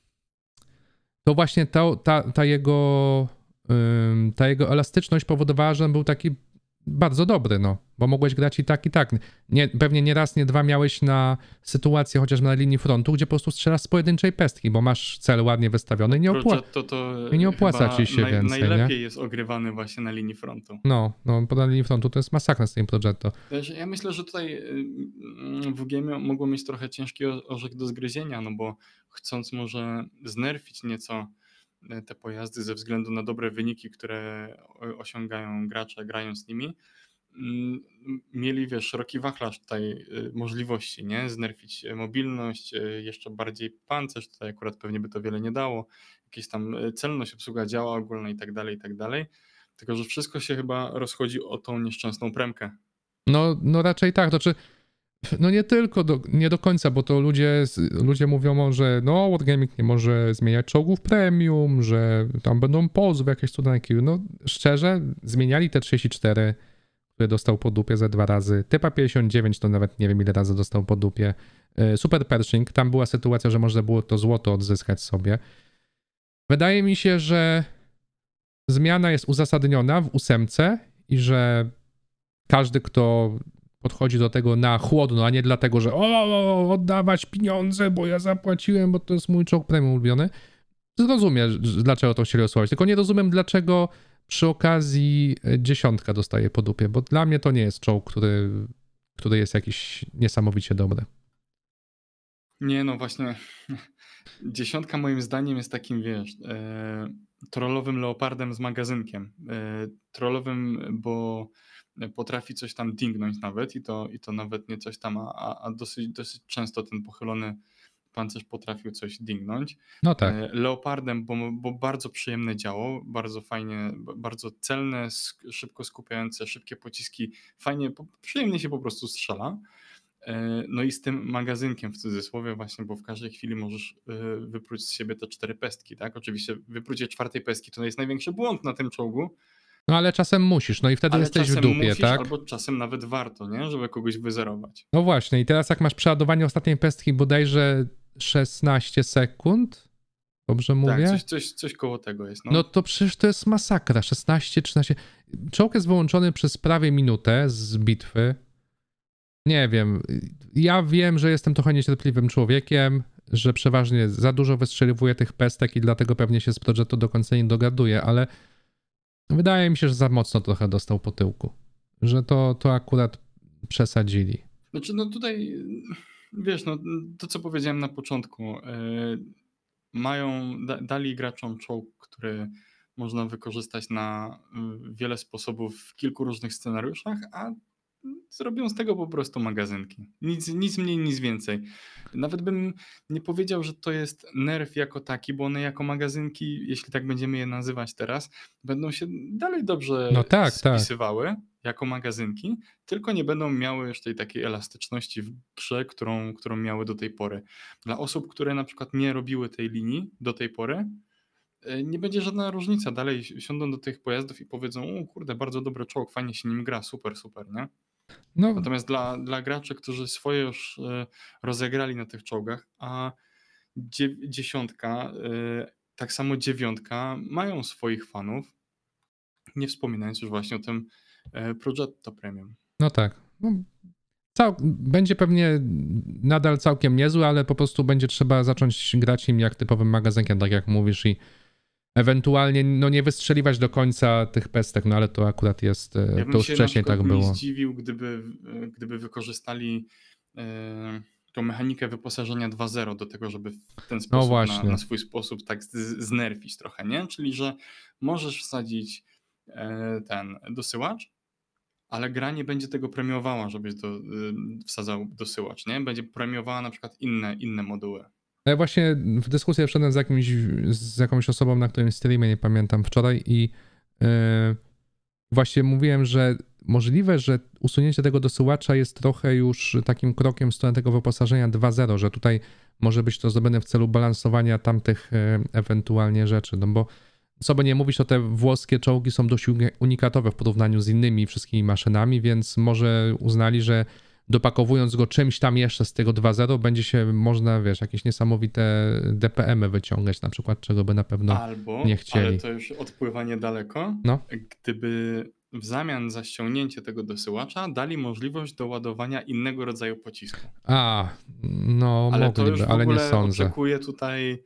to właśnie ta, ta, ta jego yy, ta jego elastyczność powodowała, że on był taki bardzo dobry, no, bo mogłeś grać i tak, i tak. Nie, pewnie nie raz, nie dwa miałeś na sytuację chociażby na linii frontu, gdzie po prostu strzelasz z pojedynczej pestki, bo masz cel ładnie wystawiony i nie, opła- Progetto to i nie opłaca chyba ci się naj, więcej, najlepiej nie? jest ogrywany właśnie na linii frontu. No, no, bo na linii frontu to jest masakra z tym Progetto. Wiesz, ja myślę, że tutaj y, y, W G M mogło mieć trochę ciężki o- orzech do zgryzienia, no bo chcąc może znerfić nieco y, te pojazdy ze względu na dobre wyniki, które o- osiągają gracze grając nimi, mm, mieli, wiesz, szeroki wachlarz tutaj y, możliwości, nie? Znerfić y, mobilność, y, jeszcze bardziej pancerz, tutaj akurat pewnie by to wiele nie dało, jakieś tam y, celność, obsługa działa ogólna i tak dalej, i tak dalej. Tylko, że wszystko się chyba rozchodzi o tą nieszczęsną premkę. No, no raczej tak, to czy no nie tylko, do, nie do końca, bo to ludzie, ludzie mówią, że no Wargaming nie może zmieniać czołgów premium, że tam będą pozwy, jakieś cudanki. No szczerze, zmieniali te trzydzieści cztery, które dostał po dupie ze dwa razy. Typa pięćdziesiąt dziewięć to nawet nie wiem ile razy dostał po dupie. Y, Super Pershing, tam była sytuacja, że można było to złoto odzyskać sobie. Wydaje mi się, że zmiana jest uzasadniona w ósemce i że każdy, kto podchodzi do tego na chłodno, a nie dlatego, że o, oddawać pieniądze, bo ja zapłaciłem, bo to jest mój czołg premium ulubiony, zrozumie, że- dlaczego to chcieli osłabić. Tylko nie rozumiem, dlaczego przy okazji dziesiątka dostaje po dupie, bo dla mnie to nie jest czołg, który, który jest jakiś niesamowicie dobry. Nie, no właśnie. Dziesiątka moim zdaniem jest takim, wiesz, e, trollowym leopardem z magazynkiem. E, trollowym, bo potrafi coś tam dingnąć nawet i to, i to nawet nie coś tam, a, a a dosyć, dosyć często ten pochylony pancerz potrafił coś dingnąć. No tak. E, Leopardem, bo, bo bardzo przyjemne działo, bardzo fajnie, b- bardzo celne, sk- szybko skupiające, szybkie pociski, fajnie, po- przyjemnie się po prostu strzela. E, No i z tym magazynkiem w cudzysłowie właśnie, bo w każdej chwili możesz e, wypróć z siebie te cztery pestki, tak? Oczywiście wyprócie czwartej pestki to jest największy błąd na tym czołgu, No ale czasem musisz, no i wtedy ale jesteś w czasem dupie, musisz, tak? albo czasem nawet warto, nie? Żeby kogoś wyzerować. No właśnie, i teraz jak masz przeładowanie ostatniej pestki bodajże szesnaście sekund, dobrze mówię? Tak, coś, coś, coś koło tego jest. No. No to przecież to jest masakra. szesnaście, trzynaście. Czołg jest wyłączony przez prawie minutę z bitwy. Nie wiem. Ja wiem, że jestem trochę niecierpliwym człowiekiem, że przeważnie za dużo wystrzeliwuję tych pestek i dlatego pewnie się z Progetto do końca nie dogaduję, ale wydaje mi się, że za mocno trochę dostał po tyłku. Że to, to akurat przesadzili. Znaczy, no tutaj, wiesz, no to co powiedziałem na początku, e, mają, da, dali graczom czołg, który można wykorzystać na y, wiele sposobów w kilku różnych scenariuszach, a zrobią z tego po prostu magazynki. Nic, nic mniej, nic więcej. Nawet bym nie powiedział, że to jest nerf jako taki, bo one jako magazynki, jeśli tak będziemy je nazywać teraz, będą się dalej dobrze No tak, tak. spisywały jako magazynki, tylko nie będą miały już tej takiej elastyczności w grze, którą, którą miały do tej pory. Dla osób, które na przykład nie robiły tej linii do tej pory, e, nie będzie żadna różnica. Dalej siądą do tych pojazdów i powiedzą: o kurde, bardzo dobry czołg, fajnie się nim gra, super, super, nie? No, Natomiast dla, dla graczy, którzy swoje już e, rozegrali na tych czołgach, a dzie- dziesiątka, e, tak samo dziewiątka mają swoich fanów, nie wspominając już właśnie o tym e, Progetto Premium. no tak. No, cał... Będzie pewnie nadal całkiem niezły, ale po prostu będzie trzeba zacząć grać im jak typowym magazynkiem, tak jak mówisz, i ewentualnie no nie wystrzeliwać do końca tych pestek, no ale to akurat jest, e, Ja to bym już się na wcześniej przykład tak nie było. zdziwił, gdyby, e, gdyby wykorzystali e, tą mechanikę wyposażenia dwa zero do tego, żeby w ten sposób, na, właśnie. na swój sposób tak z- znerfić trochę, nie? Czyli, że możesz wsadzić e, ten dosyłacz, ale gra nie będzie tego premiowała, żebyś do, y, wsadzał dosyłacz, nie? Będzie premiowała na przykład inne, inne moduły. Ja właśnie w dyskusję wszedłem z, jakimś, z jakąś osobą na którymś streamie, nie pamiętam, wczoraj i yy, właśnie mówiłem, że możliwe, że usunięcie tego dosyłacza jest trochę już takim krokiem w stronę tego wyposażenia dwa zero, że tutaj może być to zrobione w celu balansowania tamtych yy, ewentualnie rzeczy, no bo co by nie mówić, to te włoskie czołgi są dość uni- unikatowe w porównaniu z innymi wszystkimi maszynami, więc może uznali, że dopakowując go czymś tam jeszcze z tego dwa zero, będzie się można, wiesz, jakieś niesamowite D P M y wyciągać na przykład, czego by na pewno Albo, nie chcieli. ale to już odpływanie daleko, No, gdyby w zamian za ściągnięcie tego dosyłacza dali możliwość doładowania innego rodzaju pocisku. a, no Ale to już mogliby, w ale nie ogóle sądzę. oczekuję tutaj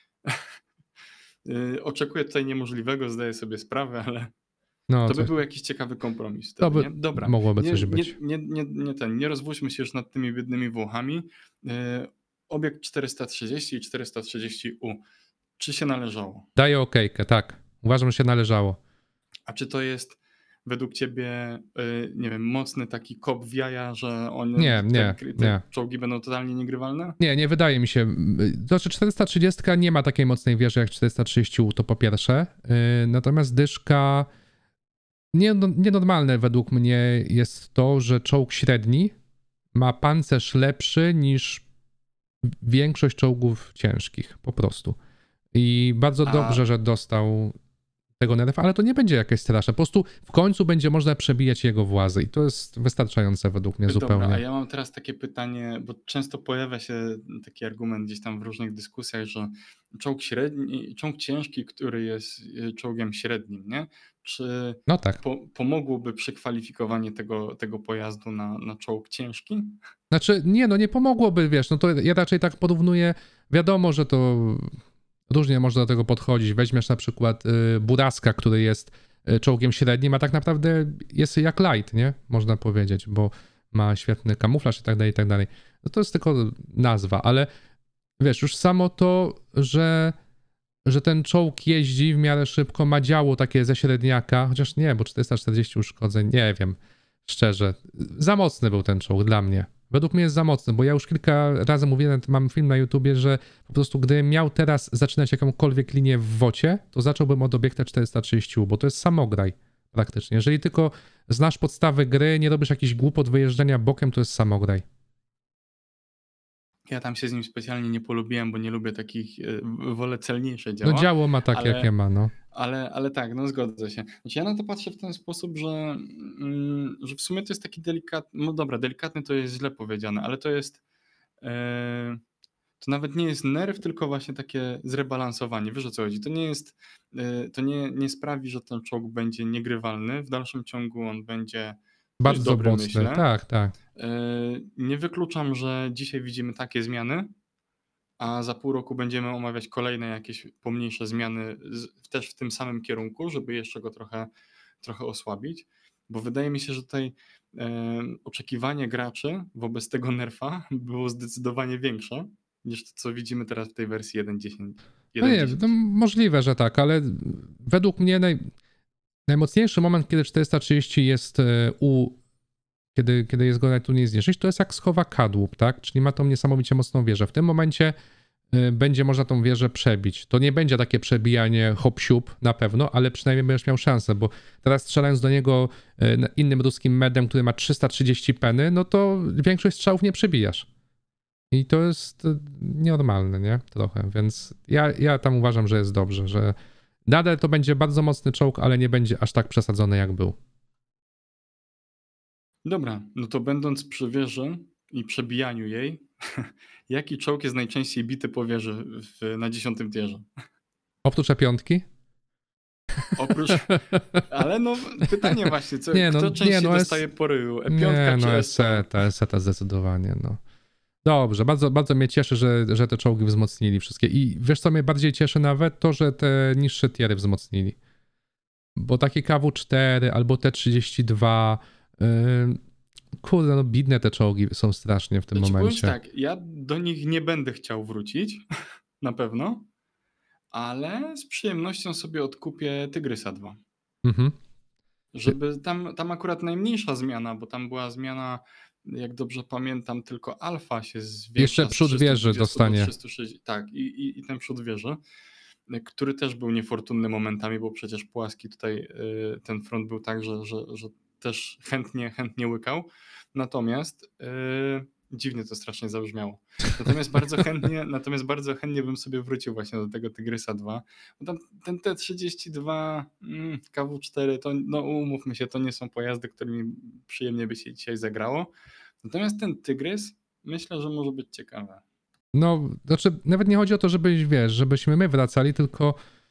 y, oczekuję tutaj niemożliwego, zdaję sobie sprawę, ale No, to by coś, był jakiś ciekawy kompromis to wtedy, by nie? Dobra, mogłoby nie, coś nie, być. nie, nie, nie, ten, nie rozwódźmy się już nad tymi biednymi Włochami. Yy, Obiekt czterysta trzydzieści i czterysta trzydzieści U. Czy się należało? Daję okejkę, tak. Uważam, że się należało. A czy to jest według ciebie, yy, nie wiem, mocny taki kop w jaja, że one, Nie, nie, te, te nie. czołgi będą totalnie niegrywalne? Nie, nie wydaje mi się. To znaczy czterysta trzydzieści nie ma takiej mocnej wieży jak czterysta trzydzieści U, to po pierwsze. Yy, natomiast dyszka nie, nienormalne według mnie jest to, że czołg średni ma pancerz lepszy niż większość czołgów ciężkich, po prostu. I bardzo A- dobrze, że dostał tego nerfa, ale to nie będzie jakieś straszne. Po prostu w końcu będzie można przebijać jego włazy i to jest wystarczające według mnie zupełnie. Dobra, a ja mam teraz takie pytanie, bo często pojawia się taki argument gdzieś tam w różnych dyskusjach, że czołg średni, czołg ciężki, który jest y, czołgiem średnim, nie? Czy No tak. po, pomogłoby przekwalifikowanie tego, tego pojazdu na, na czołg ciężki? Znaczy, nie, no nie pomogłoby, wiesz, no to ja raczej tak porównuję, wiadomo, że to różnie można do tego podchodzić. Weźmiesz na przykład y, Buraska, który jest y, czołgiem średnim, a tak naprawdę jest jak light, nie? Można powiedzieć, bo ma świetny kamuflaż i tak dalej, i tak dalej. No to jest tylko nazwa, ale wiesz, już samo to, że, że ten czołg jeździ w miarę szybko, ma działo takie ze średniaka, chociaż nie, bo czterysta czterdzieści uszkodzeń, nie wiem, szczerze. Za mocny był ten czołg dla mnie. Według mnie jest za mocny, bo ja już kilka razy mówiłem, mam film na YouTubie, że po prostu gdybym miał teraz zaczynać jakąkolwiek linię w wocie, to zacząłbym od obiekta czterysta trzydzieści U, bo to jest samograj praktycznie. Jeżeli tylko znasz podstawy gry, nie robisz jakichś głupot wyjeżdżania bokiem, to jest samograj. Ja tam się z nim specjalnie nie polubiłem, bo nie lubię takich, y, wolę celniejsze działa. No działo ma takie, ale- jakie ma, no. Ale, ale tak, no zgodzę się. Znaczy ja na to patrzę w ten sposób, że, mm, że w sumie to jest taki delikatny, no dobra, delikatny to jest źle powiedziane, ale to jest, e, to nawet nie jest nerw, tylko właśnie takie zrebalansowanie. Wiesz o co chodzi? To nie jest, e, to nie, nie sprawi, że ten czołg będzie niegrywalny. W dalszym ciągu on będzie dość Bardzo dobry, mocny, myślę. tak, tak. E, Nie wykluczam, że dzisiaj widzimy takie zmiany, a za pół roku będziemy omawiać kolejne jakieś pomniejsze zmiany z, też w tym samym kierunku, żeby jeszcze go trochę, trochę osłabić, bo wydaje mi się, że tutaj e, oczekiwanie graczy wobec tego nerfa było zdecydowanie większe niż to, co widzimy teraz w tej wersji jeden dziesięć. No nie, no możliwe, że tak, ale według mnie naj, najmocniejszy moment, kiedy czterysta trzydzieści jest e, u kiedy, kiedy jest go najtrudniej zniszczyć, to jest jak schowa kadłub, tak? Czyli ma tą niesamowicie mocną wieżę. W tym momencie y, będzie można tą wieżę przebić. To nie będzie takie przebijanie hop-siup na pewno, ale przynajmniej będziesz miał szansę, bo teraz strzelając do niego y, innym ruskim medem, który ma trzysta trzydzieści peny, no to większość strzałów nie przebijasz. I to jest y, nienormalne, nie? Trochę, więc ja, ja tam uważam, że jest dobrze, że nadal to będzie bardzo mocny czołg, ale nie będzie aż tak przesadzony jak był. Dobra, no to będąc przy wieży i przebijaniu jej, jaki czołg jest najczęściej bity po wieży w, na dziesiątym tierze? Oprócz E-piątki? Oprócz, ale no pytanie właśnie, co, Nie, no, kto nie, częściej no, dostaje po ryju? Nie, E piątka no czy S C? eseta, eseta zdecydowanie, no. Dobrze, bardzo, bardzo mnie cieszy, że, że te czołgi wzmocnili wszystkie. I wiesz, co mnie bardziej cieszy nawet? To, że te niższe tiery wzmocnili. Bo takie K W cztery albo T trzydzieści dwa, yy, kurde, no bidne te czołgi są strasznie w tym Znaczy, powiem ci momencie. tak, ja do nich nie będę chciał wrócić, na pewno, ale z przyjemnością sobie odkupię Tygrysa dwa. Mhm. Żeby tam, tam akurat najmniejsza zmiana, bo tam była zmiana, jak dobrze pamiętam, tylko alfa się zwiększa Jeszcze z przód wieży trzystu dwudziestu dostanie. do trzystu sześćdziesięciu. Tak, i, i, i ten przód wieży, który też był niefortunny momentami, bo przecież płaski tutaj y, ten front był tak, że, że, że też chętnie, chętnie łykał. Natomiast y, dziwnie to strasznie zabrzmiało. Natomiast bardzo chętnie, natomiast bardzo chętnie bym sobie wrócił właśnie do tego Tygrysa dwa. Bo tam ten T trzydzieści dwa, mm, K W cztery, to no umówmy się, to nie są pojazdy, którymi przyjemnie by się dzisiaj zagrało. Natomiast ten Tygrys myślę, że może być ciekawy. No, znaczy, nawet nie chodzi o to, żebyś, wiesz, żebyśmy my wracali, tylko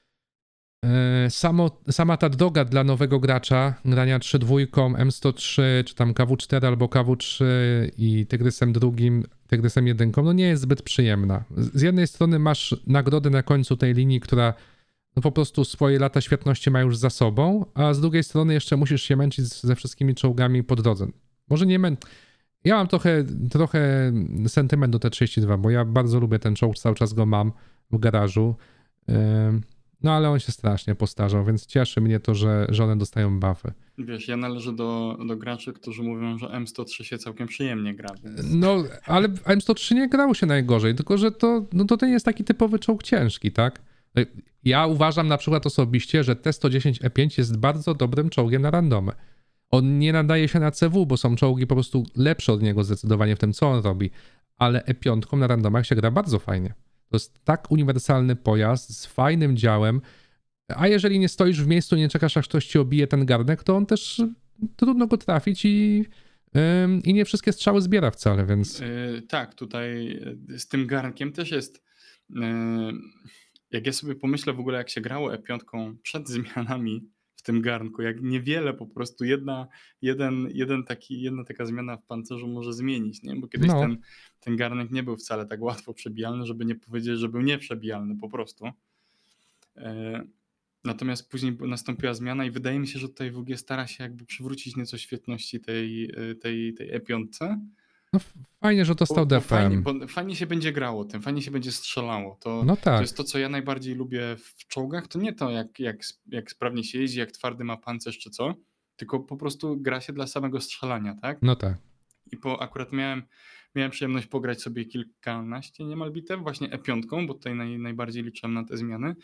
e, samo, sama ta droga dla nowego gracza, grania trzy dwa, M sto trzy, czy tam K W cztery albo K W trzy i Tygrysem drugim, Tygrysem jedynką, no nie jest zbyt przyjemna. Z jednej strony masz nagrodę na końcu tej linii, która no po prostu swoje lata świetności ma już za sobą, a z drugiej strony jeszcze musisz się męczyć ze wszystkimi czołgami po drodze. Może nie mę... Ja mam trochę, trochę sentyment do T trzydzieści dwa, bo ja bardzo lubię ten czołg, cały czas go mam w garażu. No ale on się strasznie postarzał, więc cieszy mnie to, że, że one dostają buffy. Wiesz, ja należę do, do graczy, którzy mówią, że M sto trzy się całkiem przyjemnie gra. Więc... No, ale M sto trzy nie grało się najgorzej, tylko że to, no to ten jest taki typowy czołg ciężki, tak? Ja uważam na przykład osobiście, że T sto dziesięć E pięć jest bardzo dobrym czołgiem na randomy. On nie nadaje się na C W, bo są czołgi po prostu lepsze od niego zdecydowanie w tym, co on robi, ale E pięć na randomach się gra bardzo fajnie. To jest tak uniwersalny pojazd z fajnym działem, a jeżeli nie stoisz w miejscu, nie czekasz, aż ktoś ci obije ten garnek, to on też trudno go trafić i, yy, i nie wszystkie strzały zbiera wcale, więc... Yy, tak, tutaj z tym garnkiem też jest... Yy, jak ja sobie pomyślę w ogóle, jak się grało E pięć przed zmianami w tym garnku, jak niewiele po prostu jedna, jeden, jeden taki, jedna taka zmiana w pancerzu może zmienić, nie? Bo kiedyś No. ten, ten garnek nie był wcale tak łatwo przebijalny, żeby nie powiedzieć, że był nieprzebijalny po prostu. Yy, Natomiast później nastąpiła zmiana i wydaje mi się, że tutaj W G stara się jakby przywrócić nieco świetności tej, tej, tej E pięć. No fajnie, że dostał Bo, bo, D P M. fajnie, bo fajnie się będzie grało tym, fajnie się będzie strzelało. To, No tak. to jest to, co ja najbardziej lubię w czołgach. To nie to, jak, jak, jak sprawnie się jeździ, jak twardy ma pancerz czy co, tylko po prostu gra się dla samego strzelania, tak? No tak. I po, akurat miałem, miałem przyjemność pograć sobie kilkanaście niemal bitew, właśnie E pięć, bo tutaj naj, najbardziej liczyłem na te zmiany.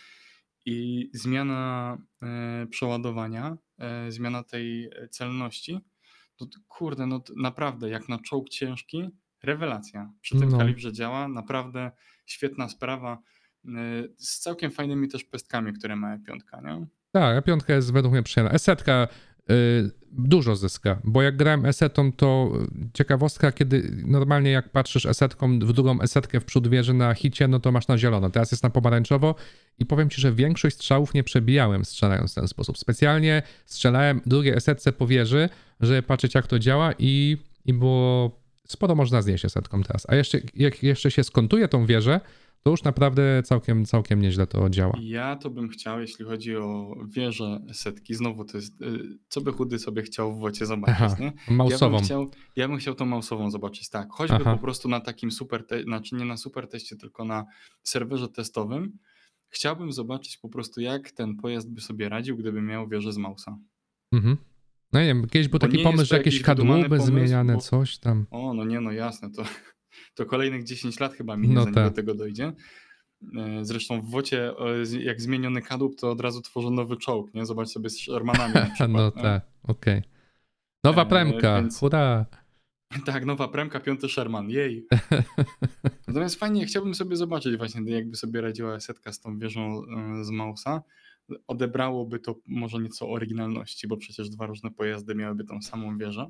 I zmiana e, przeładowania, e, zmiana tej celności, to kurde, no to naprawdę jak na czołg ciężki, rewelacja. Przy tym No. kalibrze działa, naprawdę świetna sprawa, e, z całkiem fajnymi też pestkami, które ma E pięć, nie? Tak, E pięć jest według mnie przyjemna. Esetka y, dużo zyska, bo jak grałem esetą, to ciekawostka, kiedy normalnie jak patrzysz esetką w drugą esetkę w przód wieży na hicie, no to masz na zielono, teraz jest na pomarańczowo i powiem ci, że większość strzałów nie przebijałem strzelając w ten sposób. Specjalnie strzelałem drugie esetce po wieży, żeby patrzeć jak to działa i, i było sporo można znieść esetką teraz. A jeszcze, jak jeszcze się skontuje tą wieżę, to już naprawdę całkiem, całkiem nieźle to działa. Ja to bym chciał, jeśli chodzi o wieżę setki, znowu to jest, y, co by chudy sobie chciał w wocie zobaczyć, Aha, nie? mouse'ową. Ja bym chciał, ja bym chciał tą mouse'ową zobaczyć, tak. Choćby Aha. po prostu na takim super, te, znaczy nie na super teście, tylko na serwerze testowym. Chciałbym zobaczyć po prostu, jak ten pojazd by sobie radził, gdyby miał wieżę z mouse'a. Mhm. No nie wiem, kiedyś był Bo taki nie jest pomysł, to że jakieś jakiś wydumany kadłuby pomysł, zmieniane, bo coś tam. o, no nie, no jasne, to, to kolejnych dziesięć lat chyba minie, No zanim do tak. tego dojdzie. E, Zresztą w WOTie, e, z- jak zmieniony kadłub, to od razu tworzą nowy czołg, nie? Zobacz sobie z Shermanami na No przykład, nie? tak, okej. Nowa E, premka, Więc hurra. tak, nowa premka, piąty Sherman, jej. Natomiast fajnie, chciałbym sobie zobaczyć właśnie, jakby sobie radziła setka z tą wieżą e, z Mausa. Odebrałoby to może nieco oryginalności, bo przecież dwa różne pojazdy miałyby tą samą wieżę.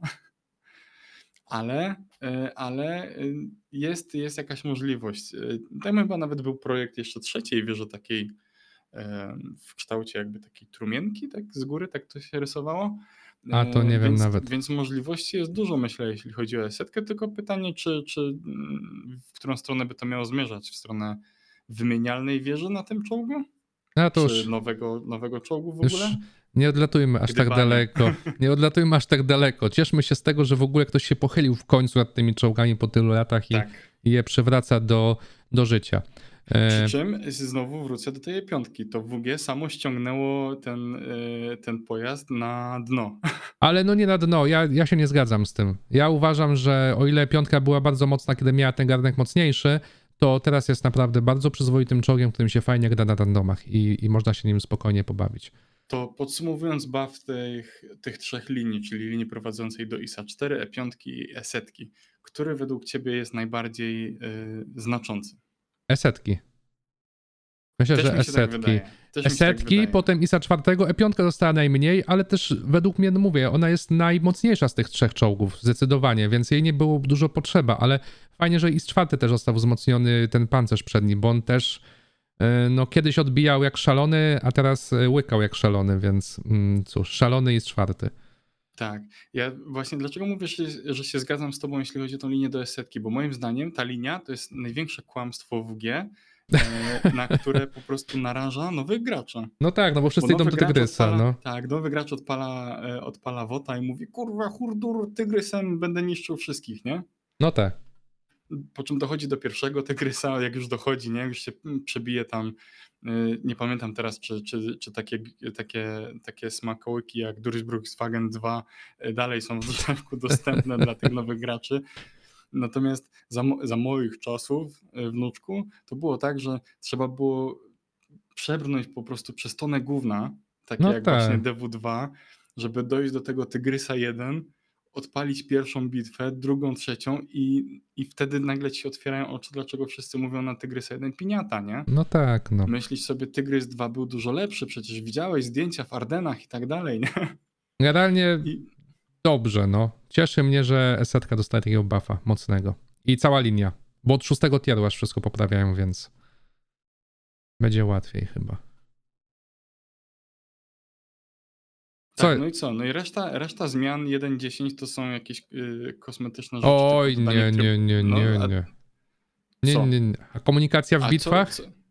Ale, e, ale e, jest, jest jakaś możliwość. E, Tam chyba nawet był projekt jeszcze trzeciej wieży takiej e, w kształcie jakby takiej trumienki, tak z góry, tak to się rysowało. A to E, nie wiem Więc, nawet. więc możliwości jest dużo, myślę, jeśli chodzi o esetkę, tylko pytanie, czy, czy mm, w którą stronę by to miało zmierzać? W stronę wymienialnej wieży na tym czołgu? A to Czy już, nowego, nowego czołgu w już ogóle? nie odlatujmy aż tak Gdybanie. daleko. Nie odlatujmy aż tak daleko. Cieszmy się z tego, że w ogóle ktoś się pochylił w końcu nad tymi czołgami po tylu latach i, Tak. i je przywraca do, do życia. E, Przy czym znowu wrócę do tej piątki. To W G samo ściągnęło ten, y, ten pojazd na dno. Ale no nie na dno, ja, ja się nie zgadzam z tym. Ja uważam, że o ile piątka była bardzo mocna, kiedy miała ten garnek mocniejszy, to teraz jest naprawdę bardzo przyzwoitym czołgiem, którym się fajnie gra na randomach i, i można się nim spokojnie pobawić. To podsumowując buff tych, tych trzech linii, czyli linii prowadzącej do I S A cztery, E pięć i E-setki, który według ciebie jest najbardziej y, znaczący? E-setki. Myślę, Też że mi się tak E-setki. wydaje. Też mi się tak E-setki, wydaje. potem I S A cztery, E pięć dostała najmniej, ale też według mnie, no mówię, ona jest najmocniejsza z tych trzech czołgów, zdecydowanie, więc jej nie było dużo potrzeba, ale fajnie, że I S cztery też został wzmocniony ten pancerz przedni, bo on też e, no kiedyś odbijał jak szalony, a teraz e, łykał jak szalony, więc mm, cóż, szalony I S cztery. Tak. Ja właśnie dlaczego mówię, że, że się zgadzam z tobą, jeśli chodzi o tą linię do esetki, bo moim zdaniem ta linia to jest największe kłamstwo W G, e, na które po prostu naraża nowych graczy. No tak, no bo Bo wszyscy idą nowy do gracz Tygrysa, odpala, no. tak, nowy gracz odpala, e, odpala WOTA i mówi, kurwa, hurdur, tygrysem będę niszczył wszystkich, nie? No tak. Po czym dochodzi do pierwszego tygrysa, jak już dochodzi, nie? Już się mm, przebije tam, y, nie pamiętam teraz, czy, czy, czy takie, takie, takie smakołyki jak Duisburg-Wagen dwa y, dalej są w drzewku dostępne dla tych nowych graczy. Natomiast za, mo- za moich czasów, y, wnuczku, to było tak, że trzeba było przebrnąć po prostu przez tonę gówna, takie No jak tak. właśnie D W dwa, żeby dojść do tego Tygrysa jeden, odpalić pierwszą bitwę, drugą, trzecią i, i wtedy nagle ci się otwierają oczy, dlaczego wszyscy mówią na Tygrysa jeden piniata, nie? No tak, no. Myślisz sobie, Tygrys dwa był dużo lepszy, przecież widziałeś zdjęcia w Ardenach i tak dalej, nie? Generalnie I dobrze, no. Cieszy mnie, że Esetka dostaje takiego buffa mocnego. I cała linia. Bo od szóstego tieru aż wszystko poprawiają, więc będzie łatwiej chyba. Co? tak, no i co? No i reszta, reszta zmian jeden dziesięć to są jakieś y, kosmetyczne rzeczy. Oj, typu nie, dodanie nie, trybu- nie, no, nie, a nie. Nie, co? nie, nie. A komunikacja w A bitwach? Co, co?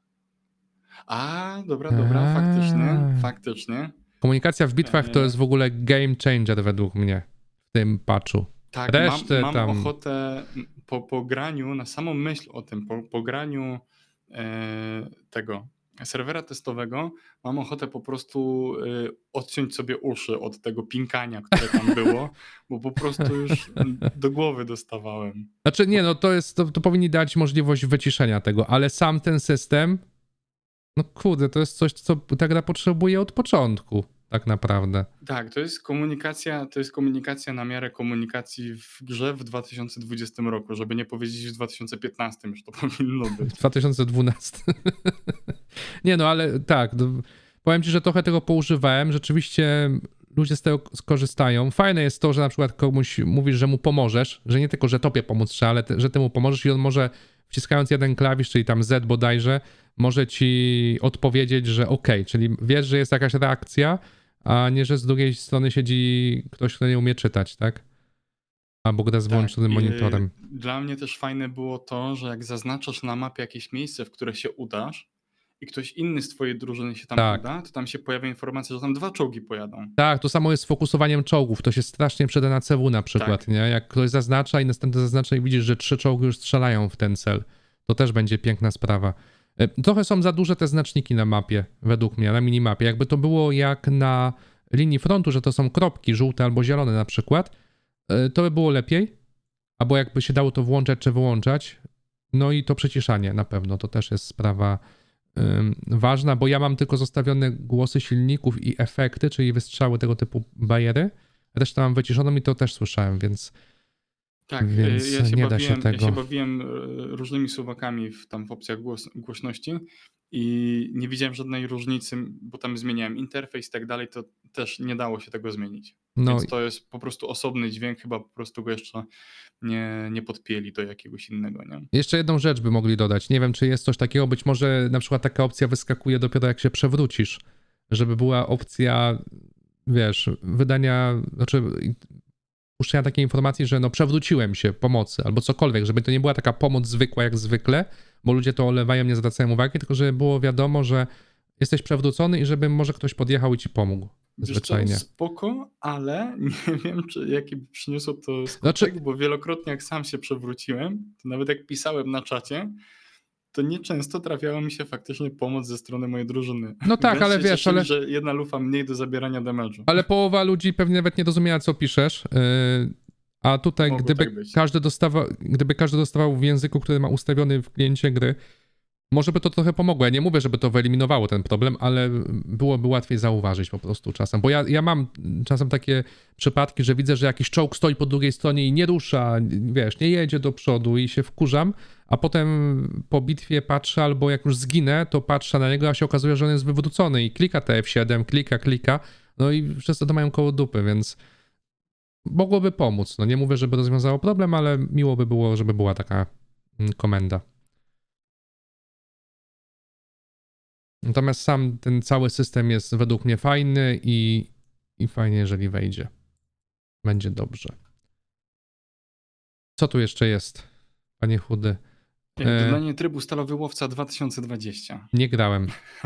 A, dobra, dobra, A. faktycznie, faktycznie. Komunikacja w bitwach to E. jest w ogóle game changer według mnie w tym patchu. Tak, Resztę mam, mam tam- ochotę po, po graniu, na samą myśl o tym, po, po graniu e, tego serwera testowego, mam ochotę po prostu e, odciąć sobie uszy od tego pinkania, które tam było, bo po prostu już do głowy dostawałem. Znaczy nie, no to jest, to, to powinni dać możliwość wyciszenia tego, ale sam ten system, no kurde, to jest coś, co ta gra potrzebuje od początku, tak naprawdę. Tak, to jest komunikacja, to jest komunikacja na miarę komunikacji w grze w dwa tysiące dwudziestym roku, żeby nie powiedzieć w dwa tysiące piętnastym już to powinno być. W dwa tysiące dwunastym. Nie no, ale tak, no, powiem ci, że trochę tego poużywałem, rzeczywiście ludzie z tego skorzystają. Fajne jest to, że na przykład komuś mówisz, że mu pomożesz, że nie tylko, że tobie pomóc trzeba, ale te, że ty mu pomożesz i on może wciskając jeden klawisz, czyli tam Z bodajże, może ci odpowiedzieć, że okej, czyli wiesz, że jest jakaś reakcja, a nie, że z drugiej strony siedzi ktoś, kto nie umie czytać, tak? Albo gra z wyłączonym Tak, i monitorem. Dla mnie też fajne było to, że jak zaznaczasz na mapie jakieś miejsce, w które się udasz i ktoś inny z twojej drużyny się tam Tak. uda, to tam się pojawia informacja, że tam dwa czołgi pojadą. Tak, to samo jest z fokusowaniem czołgów. To się strasznie przyda na C W na przykład, Tak. nie? Jak ktoś zaznacza i następny zaznacza i widzisz, że trzy czołgi już strzelają w ten cel, to też będzie piękna sprawa. E, Trochę są za duże te znaczniki na mapie, według mnie, na minimapie. Jakby to było jak na linii frontu, że to są kropki żółte albo zielone na przykład, y, to by było lepiej. Albo jakby się dało to włączać czy wyłączać. No i to przyciszanie na pewno, to też jest sprawa ym, ważna, bo ja mam tylko zostawione głosy silników i efekty, czyli wystrzały tego typu bajery. Resztę mam wyciszoną i to też słyszałem, więc, Tak, y, więc ja się nie da się bawiłem, ja się tego. bawiłem y, różnymi suwakami w, tam w opcjach głos, głośności i nie widziałem żadnej różnicy, bo tam zmieniałem interfejs i tak dalej, to też nie dało się tego zmienić. No Więc to jest po prostu osobny dźwięk, chyba po prostu go jeszcze nie, nie podpięli do jakiegoś innego, nie? jeszcze jedną rzecz by mogli dodać. Nie wiem, czy jest coś takiego, być może na przykład taka opcja wyskakuje dopiero jak się przewrócisz, żeby była opcja, wiesz, wydania, znaczy puszczenia takiej informacji, że no przewróciłem się, pomocy, albo cokolwiek, żeby to nie była taka pomoc zwykła jak zwykle, bo ludzie to olewają, nie zwracają uwagi, tylko żeby było wiadomo, że jesteś przewrócony i żeby może ktoś podjechał i ci pomógł. Wiesz co, Zwyczajnie. spoko, ale nie wiem, czy jaki by przyniosło to skutek, Znaczy, bo wielokrotnie jak sam się przewróciłem, to nawet jak pisałem na czacie, to nieczęsto trafiała mi się faktycznie pomoc ze strony mojej drużyny. no tak, Wręcz ale się wiesz, cieszyli, ale, że jedna lufa mniej do zabierania damage'u. ale połowa ludzi pewnie nawet nie rozumiała, co piszesz. Yy, a tutaj, Mogło gdyby tak być. każdy dostawał, gdyby każdy dostawał w języku, który ma ustawiony w kliencie gry, może by to trochę pomogło. Ja nie mówię, żeby to wyeliminowało ten problem, ale byłoby łatwiej zauważyć po prostu czasem. Bo ja, ja mam czasem takie przypadki, że widzę, że jakiś czołg stoi po drugiej stronie i nie rusza, wiesz, nie jedzie do przodu i się wkurzam, a potem po bitwie patrzę, albo jak już zginę, to patrzę na niego, a się okazuje, że on jest wywrócony i klika te F siedem, klika, klika, no i wszyscy to mają koło dupy, więc mogłoby pomóc. No nie mówię, żeby rozwiązało problem, ale miło by było, żeby była taka mm, komenda. Natomiast sam ten cały system jest według mnie fajny i, i fajnie, jeżeli wejdzie. Będzie dobrze. Co tu jeszcze jest, panie chudy? E, Dodanie trybu Stalowy Łowca dwa tysiące dwadzieścia. nie grałem.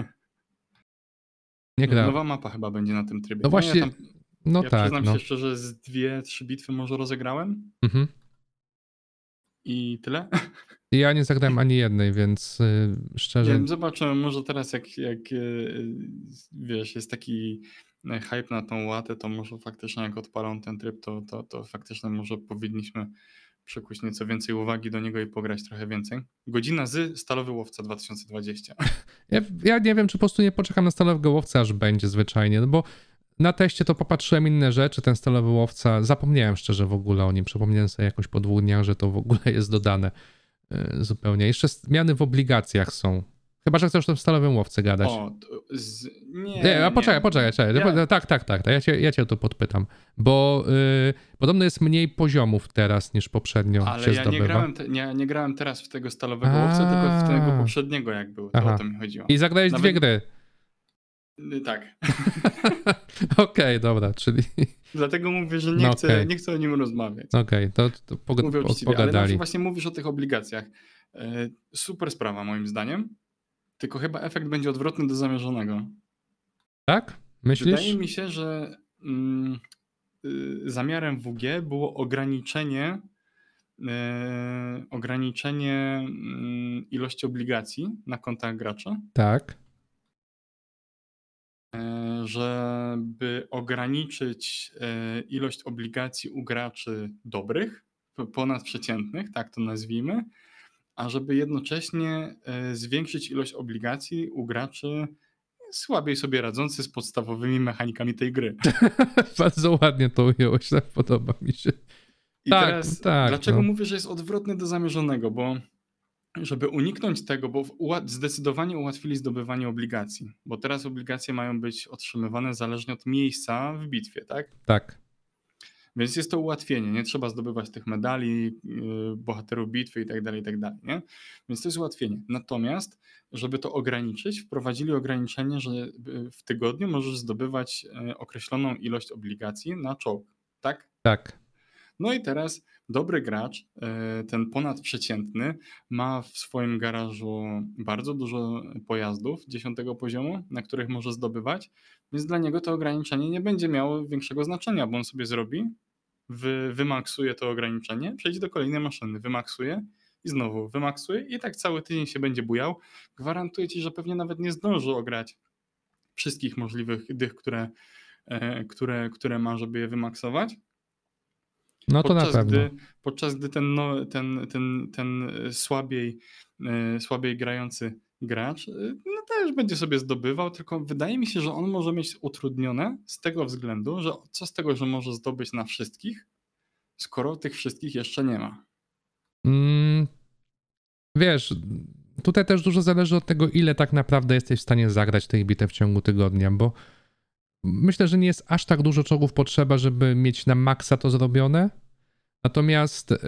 Nie grałem. Nowa mapa chyba będzie na tym trybie. No nie? właśnie, Ja, tam, no ja tak, przyznam no. się szczerze, z dwie, trzy bitwy może rozegrałem Mhm. i tyle. Ja nie zagrałem ani jednej, więc y, Nie szczerze... wiem, zobaczymy, może teraz jak, jak yy, wiesz, jest taki yy, hype na tą łatę, to może faktycznie jak odpalą ten tryb, to, to, to faktycznie może powinniśmy przykuć nieco więcej uwagi do niego i pograć trochę więcej. Godzina z Stalowy Łowca dwa tysiące dwadzieścia. Ja, ja nie wiem, czy po prostu nie poczekam na Stalowego Łowca, aż będzie zwyczajnie, no bo na teście to popatrzyłem inne rzeczy, ten Stalowy Łowca, zapomniałem szczerze w ogóle o nim, przypomniałem sobie jakoś po dwóch dniach, że to w ogóle jest dodane y, zupełnie. Jeszcze zmiany w obligacjach są. Chyba, że chcesz o tym Stalowym Łowcy gadać. O, to z... nie, Nie, a poczekaj, nie. poczekaj, czekaj. Ja- Tak, tak, tak, tak. Ja cię, ja cię to podpytam. Bo y, podobno jest mniej poziomów teraz niż poprzednio Ale się ja nie zdobywa. grałem, te, nie, nie grałem teraz w tego Stalowego Łowcę, tylko w tego A. poprzedniego jak był. To Aha. o to mi chodziło. I zagrałeś Nawet- dwie gry. Y, Tak. Okej, dobra, czyli Dlatego mówię, że nie, No chcę, okej. nie chcę o nim rozmawiać. okej, to, to pog- Mówię po- uczciwie, ale na pogadali. przykład właśnie mówisz o tych obligacjach. E, Super sprawa moim zdaniem, tylko chyba efekt będzie odwrotny do zamierzonego. Tak? Myślisz? Wydaje mi się, że mm, y, zamiarem W G było ograniczenie e, ograniczenie mm, ilości obligacji na kontach gracza, Tak. e, żeby ograniczyć e, ilość obligacji u graczy dobrych, p- ponadprzeciętnych, tak to nazwijmy, a żeby jednocześnie e, zwiększyć ilość obligacji u graczy słabiej sobie radzących z podstawowymi mechanikami tej gry. Bardzo ładnie to ująłeś, tak podoba mi się. I Tak, teraz tak, dlaczego no. mówię, że jest odwrotny do zamierzonego? Bo żeby uniknąć tego, bo uła- zdecydowanie ułatwili zdobywanie obligacji, bo teraz obligacje mają być otrzymywane zależnie od miejsca w bitwie, tak? Tak. Więc jest to ułatwienie, nie trzeba zdobywać tych medali, yy, bohaterów bitwy i tak dalej, i tak dalej, nie? Więc to jest ułatwienie. Natomiast, żeby to ograniczyć, wprowadzili ograniczenie, że yy, w tygodniu możesz zdobywać yy, określoną ilość obligacji na czołg, tak? Tak. No i teraz dobry gracz, yy, ten ponadprzeciętny, ma w swoim garażu bardzo dużo pojazdów dziesiątego poziomu, na których może zdobywać, więc dla niego to ograniczenie nie będzie miało większego znaczenia, bo on sobie zrobi, wy, wymaksuje to ograniczenie, przejdzie do kolejnej maszyny, wymaksuje i znowu wymaksuje i tak cały tydzień się będzie bujał. Gwarantuję ci, że pewnie nawet nie zdąży ograć wszystkich możliwych dych, które e, które, które ma, żeby je wymaksować. No to na Podczas pewno. gdy, podczas gdy ten, no, ten, ten, ten e, słabiej, e, słabiej grający gracz, e, no też będzie sobie zdobywał, tylko wydaje mi się, że on może mieć utrudnione z tego względu, że co z tego, że może zdobyć na wszystkich, skoro tych wszystkich jeszcze nie ma. Mm, wiesz, tutaj też dużo zależy od tego, ile tak naprawdę jesteś w stanie zagrać tej bitew w ciągu tygodnia, bo myślę, że nie jest aż tak dużo czołgów potrzeba, żeby mieć na maksa to zrobione. Natomiast y,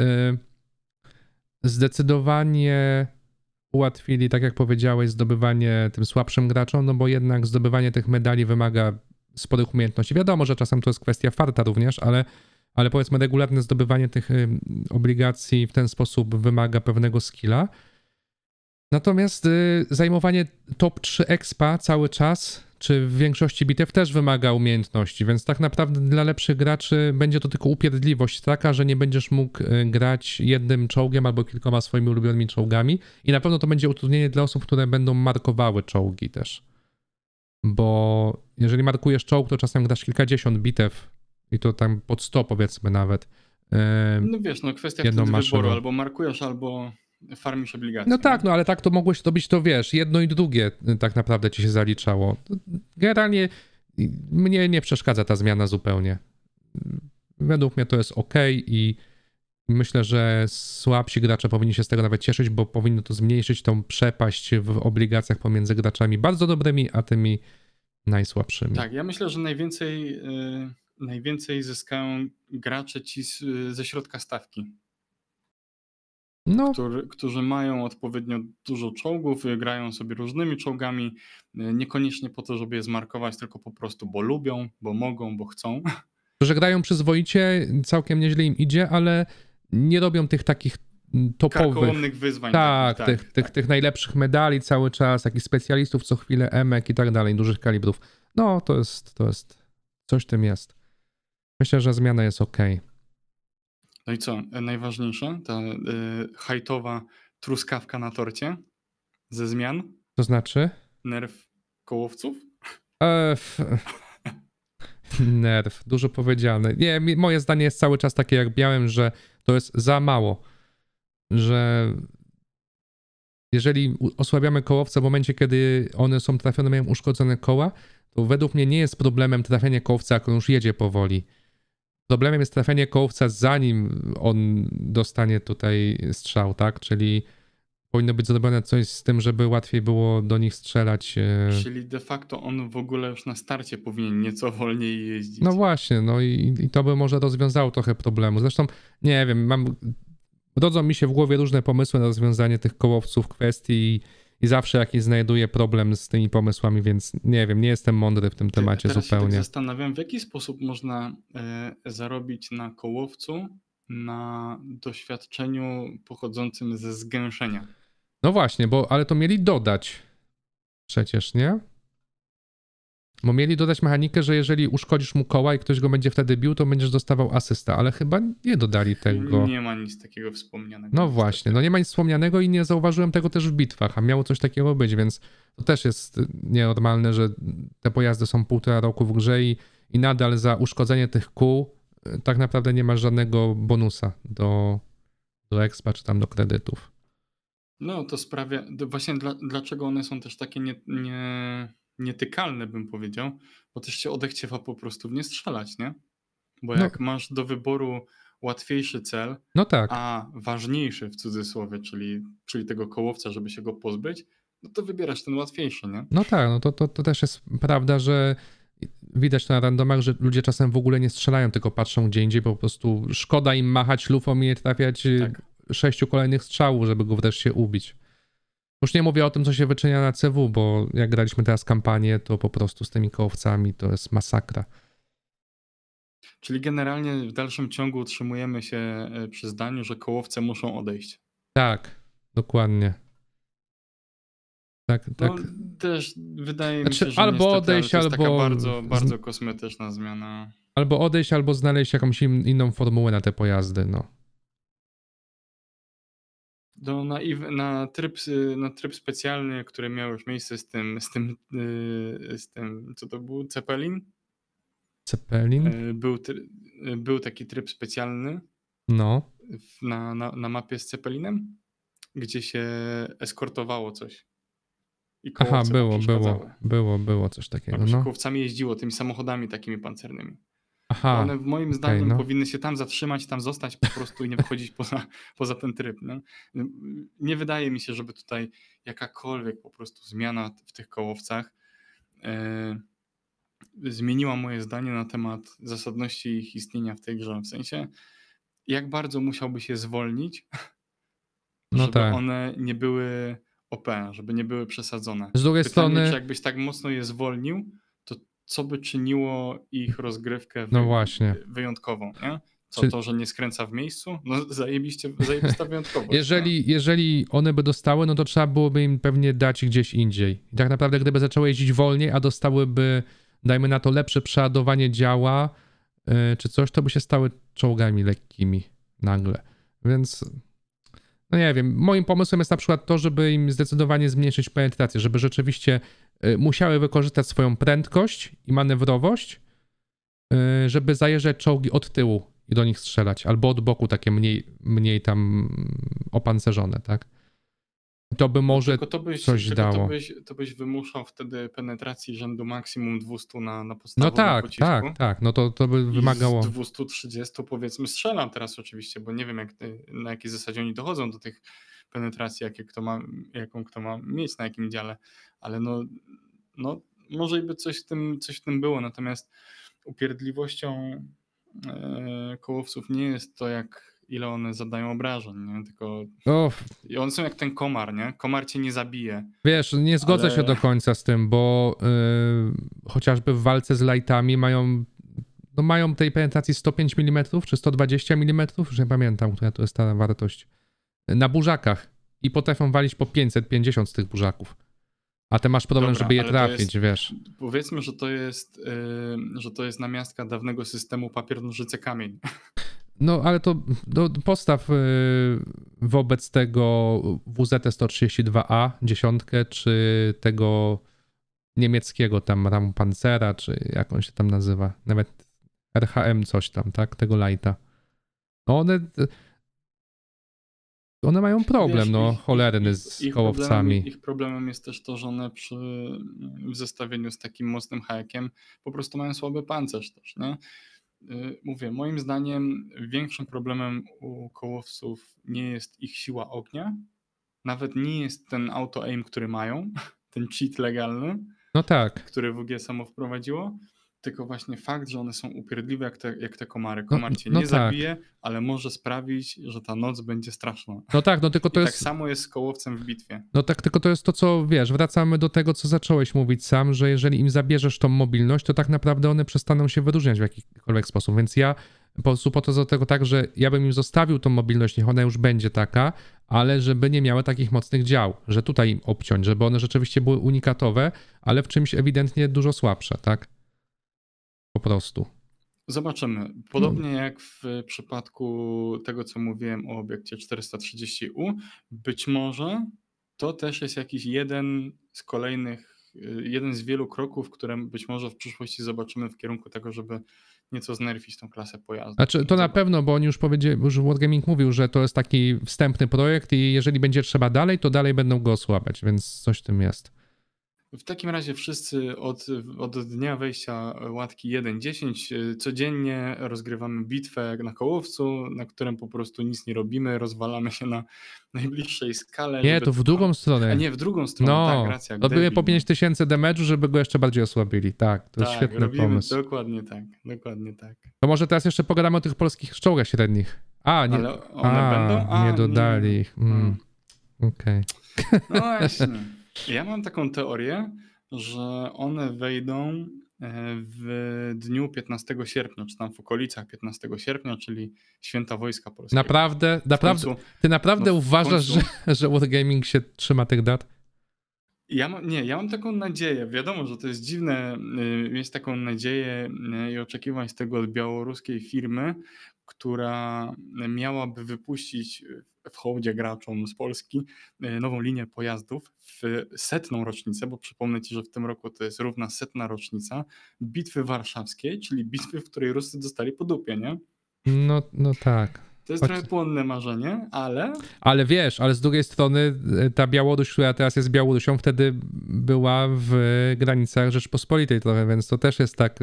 zdecydowanie ułatwili, tak jak powiedziałeś, zdobywanie tym słabszym graczom, no bo jednak zdobywanie tych medali wymaga sporych umiejętności. Wiadomo, że czasem to jest kwestia farta również, ale, ale powiedzmy regularne zdobywanie tych y, obligacji w ten sposób wymaga pewnego skilla. Natomiast y, zajmowanie top trzy expa cały czas, czy w większości bitew też wymaga umiejętności, więc tak naprawdę dla lepszych graczy będzie to tylko upierdliwość taka, że nie będziesz mógł y, grać jednym czołgiem albo kilkoma swoimi ulubionymi czołgami i na pewno to będzie utrudnienie dla osób, które będą markowały czołgi też. Bo jeżeli markujesz czołg, to czasem grasz kilkadziesiąt bitew i to tam pod sto powiedzmy nawet. y, No wiesz, no kwestia Jedną wtedy wyboru, maszyną. albo markujesz, albo farmisz obligacje. No nie? tak, no ale tak to mogłeś robić, to wiesz, jedno i drugie y, tak naprawdę ci się zaliczało. Generalnie y, mnie nie przeszkadza ta zmiana zupełnie. Według mnie to jest ok i myślę, że słabsi gracze powinni się z tego nawet cieszyć, bo powinno to zmniejszyć tą przepaść w obligacjach pomiędzy graczami bardzo dobrymi, a tymi najsłabszymi. Tak, ja myślę, że najwięcej, y, najwięcej zyskają gracze ci z, y, ze środka stawki, No, który, którzy mają odpowiednio dużo czołgów, y, grają sobie różnymi czołgami, y, niekoniecznie po to, żeby je zmarkować, tylko po prostu, bo lubią, bo mogą, bo chcą. że grają przyzwoicie, całkiem nieźle im idzie, ale nie robią tych takich mm, topowych. Karkołomnych wyzwań Tak, takich, tych, tak, tych, tak. tych najlepszych medali cały czas, jakichś specjalistów co chwilę, emek i tak dalej, dużych kalibrów. No, to jest, to jest, coś w tym jest. Myślę, że zmiana jest ok. No i co, e, najważniejsze, ta y, hajtowa truskawka na torcie ze zmian, To znaczy? nerw kołowców. E, f, nerw, dużo powiedziane. Nie, mi- moje zdanie jest cały czas takie jak miałem, że to jest za mało. Że jeżeli u- osłabiamy kołowce w momencie, kiedy one są trafione, mają uszkodzone koła, to według mnie nie jest problemem trafienie kołowca, jak on już jedzie powoli. Problemem jest trafienie kołowca, zanim on dostanie tutaj strzał, tak? Czyli powinno być zrobione coś z tym, żeby łatwiej było do nich strzelać. e, Czyli de facto on w ogóle już na starcie powinien nieco wolniej jeździć. No właśnie, no i, i to by może rozwiązało trochę problemu. Zresztą, nie wiem, mam, rodzą mi się w głowie różne pomysły na rozwiązanie tych kołowców, kwestii i, i zawsze jakiś znajduję problem z tymi pomysłami, więc nie wiem, nie jestem mądry w tym Ty- temacie Teraz się zupełnie. tak zastanawiam, w jaki sposób można e, zarobić na kołowcu na doświadczeniu pochodzącym ze zgęszenia. No właśnie, bo ale to mieli dodać przecież, nie? Bo mieli dodać mechanikę, że jeżeli uszkodzisz mu koła i ktoś go będzie wtedy bił, to będziesz dostawał asysta, ale chyba nie dodali tego. Nie ma nic takiego wspomnianego. No niestety. właśnie, no nie ma nic wspomnianego i nie zauważyłem tego też w bitwach, a miało coś takiego być, więc to też jest nienormalne, że te pojazdy są półtora roku w grze i, i nadal za uszkodzenie tych kół y, tak naprawdę nie masz żadnego bonusa do, do expa czy tam do kredytów. No to sprawia, to właśnie dla, dlaczego one są też takie nie, nie, nietykalne, bym powiedział, bo też się odechciewa po prostu w nie strzelać, nie? Bo No. jak masz do wyboru łatwiejszy cel, No tak, a ważniejszy w cudzysłowie, czyli, czyli tego kołowca, żeby się go pozbyć, no to wybierasz ten łatwiejszy, nie? no tak, no to, to, to też jest prawda, że widać na randomach, że ludzie czasem w ogóle nie strzelają, tylko patrzą gdzie indziej, bo po prostu szkoda im machać lufą i nie trafiać y, Tak. sześciu kolejnych strzałów, żeby go wreszcie ubić. Już nie mówię o tym, co się wyczynia na C W, bo jak graliśmy teraz kampanię, to po prostu z tymi kołowcami to jest masakra. Czyli generalnie w dalszym ciągu utrzymujemy się e, przy zdaniu, że kołowce muszą odejść. Tak, dokładnie. Tak, tak. No też wydaje Znaczy, mi się, że albo niestety, ale odejść, to jest taka albo bardzo, z- bardzo kosmetyczna zmiana. Albo odejść, albo znaleźć jakąś in, inną formułę na te pojazdy, no. Do, na, iw- na, tryb, y, na tryb specjalny, który miał już miejsce z tym, z tym, yy, z tym co to był, Zeppelin? Cepelin? E, Był, try- e, był taki tryb specjalny No. w- na, na, na mapie z Cepelinem, gdzie się eskortowało coś i Aha, kołowce tam było, było, przeszkadzały. było, było coś takiego, Albo się no. kołowcami jeździło, tymi samochodami takimi pancernymi. To Aha, one w moim okej, zdaniem no. powinny się tam zatrzymać, tam zostać po prostu i nie wychodzić poza, poza ten tryb. Nie? Nie wydaje mi się, żeby tutaj jakakolwiek po prostu zmiana w tych kołowcach e, zmieniła moje zdanie na temat zasadności ich istnienia w tej grze. W sensie, jak bardzo musiałby się zwolnić, No żeby tak. one nie były O P, żeby nie były przesadzone. Z drugiej Pytanie, czy strony, jakbyś tak mocno je zwolnił, to co by czyniło ich rozgrywkę no wy, właśnie. wyjątkową, nie? Co Czy to, że nie skręca w miejscu? No zajebiście, zajebista wyjątkowość. No. jeżeli, jeżeli one by dostały, no to trzeba byłoby im pewnie dać gdzieś indziej. I tak naprawdę, gdyby zaczęły jeździć wolniej, a dostałyby, dajmy na to, lepsze przeładowanie działa, yy, czy coś, to by się stały czołgami lekkimi nagle. Więc, no nie wiem, moim pomysłem jest na przykład to, żeby im zdecydowanie zmniejszyć penetrację, żeby rzeczywiście yy, musiały wykorzystać swoją prędkość i manewrowość, yy, żeby zajeżdżać czołgi od tyłu i do nich strzelać, albo od boku takie mniej, mniej tam opancerzone, tak? To by No, może tylko to byś, coś tylko to dało. byś, to byś wymuszał wtedy penetracji rzędu maksimum dwieście na, na No podstawowym tak, pocisku. tak, tak, no to, to by I wymagało. z dwieście trzydzieści powiedzmy strzelam teraz oczywiście, bo nie wiem jak, ty- na jakiej zasadzie oni dochodzą do tych penetracji, jakie kto ma, jaką kto ma mieć na jakim dziale, ale no, no może i by coś w tym, coś w tym było, natomiast upierdliwością e, kołowców nie jest to jak ile one zadają obrażeń, nie? Tylko O, i one są jak ten komar, nie? Komar cię nie zabije, wiesz, nie zgodzę się ale do końca z tym, bo yy, chociażby w walce z lightami mają, no mają tej penetracji sto pięć milimetrów czy sto dwadzieścia milimetrów, już nie pamiętam, która to jest ta wartość, na burzakach i potrafią walić po pięćset pięćdziesiąt z tych burzaków. A ty masz problem, dobra, żeby je ale to trafić, jest, wiesz. powiedzmy, że to jest, yy, że to jest namiastka dawnego systemu papier, nożyce, kamień. No, ale to do, postaw y, wobec tego W Z sto trzydzieści dwa A dziesiątkę, czy tego niemieckiego tam Rampancera, czy jak on się tam nazywa, nawet R H M coś tam, tak, tego lighta. No one, one mają problem, Wiesz, no, ich, cholerny ich, z ich, kołowcami. problemem, ich problemem jest też to, że one przy, w zestawieniu z takim mocnym hajakiem po prostu mają słaby pancerz też, nie? Yy, Mówię, moim zdaniem większym problemem u kołowców nie jest ich siła ognia, nawet nie jest ten auto-aim, który mają, ten cheat legalny, No tak, które W G samo wprowadziło, tylko właśnie fakt, że one są upierdliwe jak te, jak te komary. no, Komar cię no nie tak. zabije, ale może sprawić, że ta noc będzie straszna. No tak, no tylko I to tak jest... samo jest z kołowcem w bitwie. No tak, tylko to jest to, co wiesz, wracamy do tego, co zacząłeś mówić sam, że jeżeli im zabierzesz tą mobilność, to tak naprawdę one przestaną się wyróżniać w jakikolwiek sposób. Więc ja po prostu podchodzę do tego tak, że ja bym im zostawił tą mobilność, niech ona już będzie taka, ale żeby nie miały takich mocnych dział, że tutaj im obciąć, żeby one rzeczywiście były unikatowe, ale w czymś ewidentnie dużo słabsze, tak? Po prostu. Zobaczymy. Podobnie jak w przypadku tego, co mówiłem o obiekcie czterysta trzydzieści U, być może to też jest jakiś jeden z kolejnych, y, jeden z wielu kroków, które być może w przyszłości zobaczymy w kierunku tego, żeby nieco znerfić tą klasę pojazdów. Znaczy, to na Zobacz. pewno, bo oni już powiedzieli, już Wargaming mówił, że to jest taki wstępny projekt i jeżeli będzie trzeba dalej, to dalej będą go osłabiać, więc coś w tym jest. W takim razie wszyscy od, od dnia wejścia łatki jeden dziesięć y, codziennie rozgrywamy bitwę na kołowcu, na którym po prostu nic nie robimy, rozwalamy się na najbliższej skale. Nie, żeby to w tylko- drugą stronę. A nie, w drugą stronę, No, tak, racja. jak robimy debil, po no. pięć tysięcy damage'u, żeby go jeszcze bardziej osłabili. Tak, to jest Tak, świetny robimy pomysł. dokładnie tak, dokładnie tak. To może teraz jeszcze pogadamy o tych polskich czołgach średnich. A, nie, Ale one a, będą? A, nie dodali nie. ich. Mm, Okej. No właśnie. Ja mam taką teorię, że one wejdą e, w dniu piętnastego sierpnia, czy tam w okolicach piętnastego sierpnia, czyli święta Wojska Polskiego. Naprawdę, W naprawdę, końcu, ty naprawdę no w uważasz, końcu- że, że Wargaming się trzyma tych dat? ja mam, nie, ja mam taką nadzieję. Wiadomo, że to jest dziwne y, mieć taką nadzieję y, i oczekiwać tego od białoruskiej firmy, która miałaby wypuścić w hołdzie graczom z Polski nową linię pojazdów w setną rocznicę, bo przypomnę ci, że w tym roku to jest równa setna rocznica Bitwy Warszawskiej, czyli bitwy, w której Ruscy dostali po dupie, nie? No, no tak. To jest Choć... trochę płonne marzenie, ale... Ale wiesz, ale z drugiej strony ta Białoruś, która teraz jest Białorusią, wtedy była w granicach Rzeczpospolitej trochę, więc to też jest tak...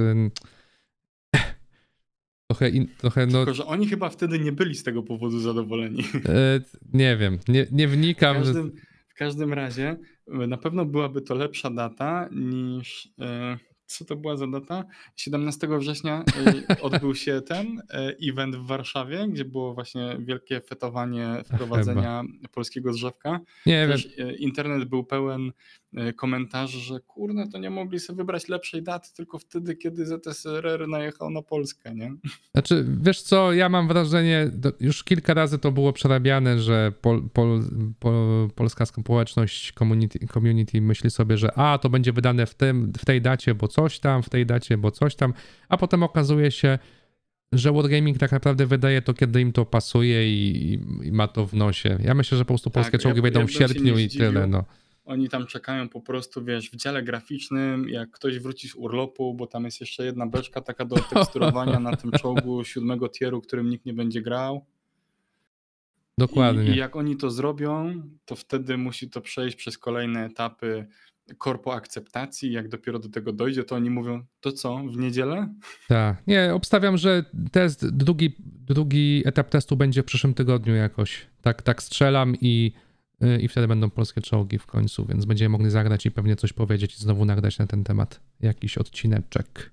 Trochę, in, trochę no... Tylko, że oni chyba wtedy nie byli z tego powodu zadowoleni. Nie wiem, nie, nie wnikam. W każdym, w każdym razie na pewno byłaby to lepsza data niż... Co to była za data? siedemnastego września odbył się ten event w Warszawie, gdzie było właśnie wielkie fetowanie wprowadzenia Chyba. polskiego drzewka. Nie Też wiem. Internet był pełen komentarzy, że kurde, to nie mogli sobie wybrać lepszej daty, tylko wtedy, kiedy Z S R R najechał na Polskę, nie? Znaczy, wiesz co, ja mam wrażenie, już kilka razy to było przerabiane, że pol, pol, pol, polska społeczność, community, community myśli sobie, że a, to będzie wydane w, tym, w tej dacie, bo coś tam, w tej dacie, bo coś tam, a potem okazuje się, że Wargaming tak naprawdę wydaje to, kiedy im to pasuje i, i ma to w nosie. Ja myślę, że po prostu polskie tak, czołgi ja, wejdą ja w sierpniu i tyle, no. Oni tam czekają po prostu, wiesz, w dziale graficznym, jak ktoś wróci z urlopu, bo tam jest jeszcze jedna beczka taka do teksturowania na tym czołgu siódmego tieru, którym nikt nie będzie grał. Dokładnie. I, I jak oni to zrobią, to wtedy musi to przejść przez kolejne etapy korpo akceptacji. Jak dopiero do tego dojdzie, to oni mówią, to co, w niedzielę? Tak. Nie, obstawiam, że test, drugi, drugi etap testu będzie w przyszłym tygodniu jakoś. Tak, tak strzelam i I wtedy będą polskie czołgi w końcu, więc będziemy mogli zagrać i pewnie coś powiedzieć i znowu nagrać na ten temat jakiś odcineczek.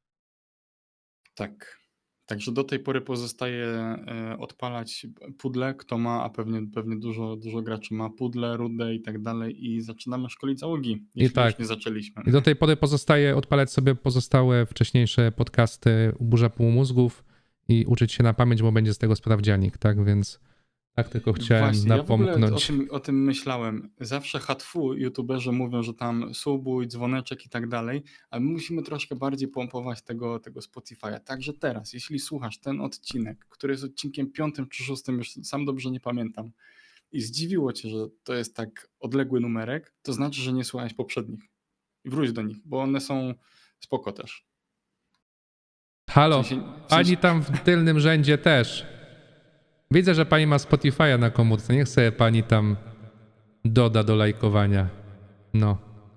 Tak. Także do tej pory pozostaje odpalać pudle, kto ma, a pewnie, pewnie dużo, dużo graczy ma pudle, rudę i tak dalej i zaczynamy szkolić załogi, jeśli I tak. już nie zaczęliśmy. I do tej pory pozostaje odpalać sobie pozostałe wcześniejsze podcasty u Burza Półmózgów i uczyć się na pamięć, bo będzie z tego sprawdzianik, tak, więc tak tylko chciałem Właśnie, napomknąć. Ja w ogóle o tym, o tym myślałem. Zawsze hatfu youtuberzy mówią, że tam subuj, dzwoneczek i tak dalej, ale my musimy troszkę bardziej pompować tego, tego Spotify'a. Także teraz, jeśli słuchasz ten odcinek, który jest odcinkiem piątym czy szóstym, już sam dobrze nie pamiętam, i zdziwiło cię, że to jest tak odległy numerek, to znaczy, że nie słuchałeś poprzednich. I wróć do nich, bo one są spoko też. Halo, w sensie, w sensie... pani tam w tylnym rzędzie też. Widzę, że pani ma Spotify'a na komórce. Niech sobie pani tam doda do lajkowania. No.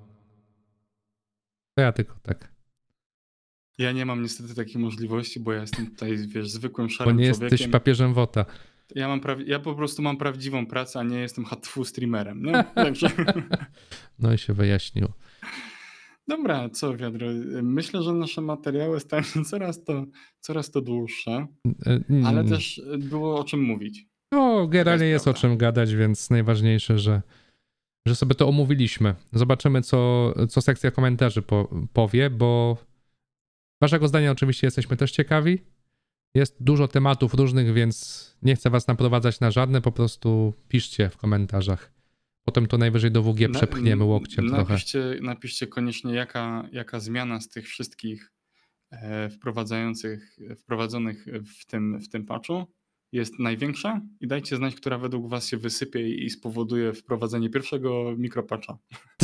To ja tylko tak. Ja nie mam niestety takiej możliwości, bo ja jestem tutaj, wiesz, zwykłym szarym człowiekiem. Bo nie człowiekiem. jesteś papieżem Wota. Ja, mam pra... ja po prostu mam prawdziwą pracę, a nie jestem hatfu streamerem. Nie? Także... No i się wyjaśniło. Dobra, co wiadro? Myślę, że nasze materiały stają się coraz to, coraz to dłuższe, ale też było o czym mówić. No, generalnie jest, jest o czym gadać, więc najważniejsze, że, że sobie to omówiliśmy. Zobaczymy, co, co sekcja komentarzy po, powie, bo waszego zdania oczywiście jesteśmy też ciekawi. Jest dużo tematów różnych, więc nie chcę was naprowadzać na żadne, po prostu piszcie w komentarzach. Potem to najwyżej do W G przepchniemy łokciem napiszcie, trochę. Napiszcie koniecznie, jaka, jaka zmiana z tych wszystkich wprowadzających, wprowadzonych w tym, w tym patchu jest największa i dajcie znać, która według was się wysypie i spowoduje wprowadzenie pierwszego mikropatcha.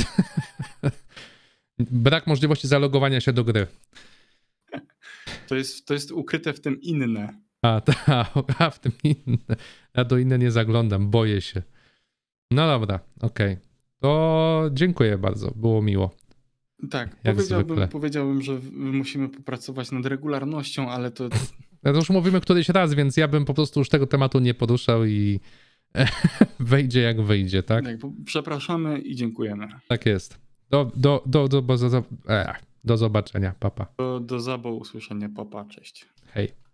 Brak możliwości zalogowania się do gry. To jest, to jest ukryte w tym inne. A, ta, a w tym inne. Ja do inne nie zaglądam, boję się. No dobra, okej. Okay. To dziękuję bardzo, było miło. Tak, powiedziałbym, powiedziałbym, że musimy popracować nad regularnością, ale to... Ja to już mówimy któryś raz, więc ja bym po prostu już tego tematu nie poruszał i wejdzie jak wyjdzie, tak? Tak, przepraszamy i dziękujemy. Tak jest. Do, do, do, do, do, do, do zobaczenia, papa. Do, do zabo usłyszenia, papa, cześć. Hej.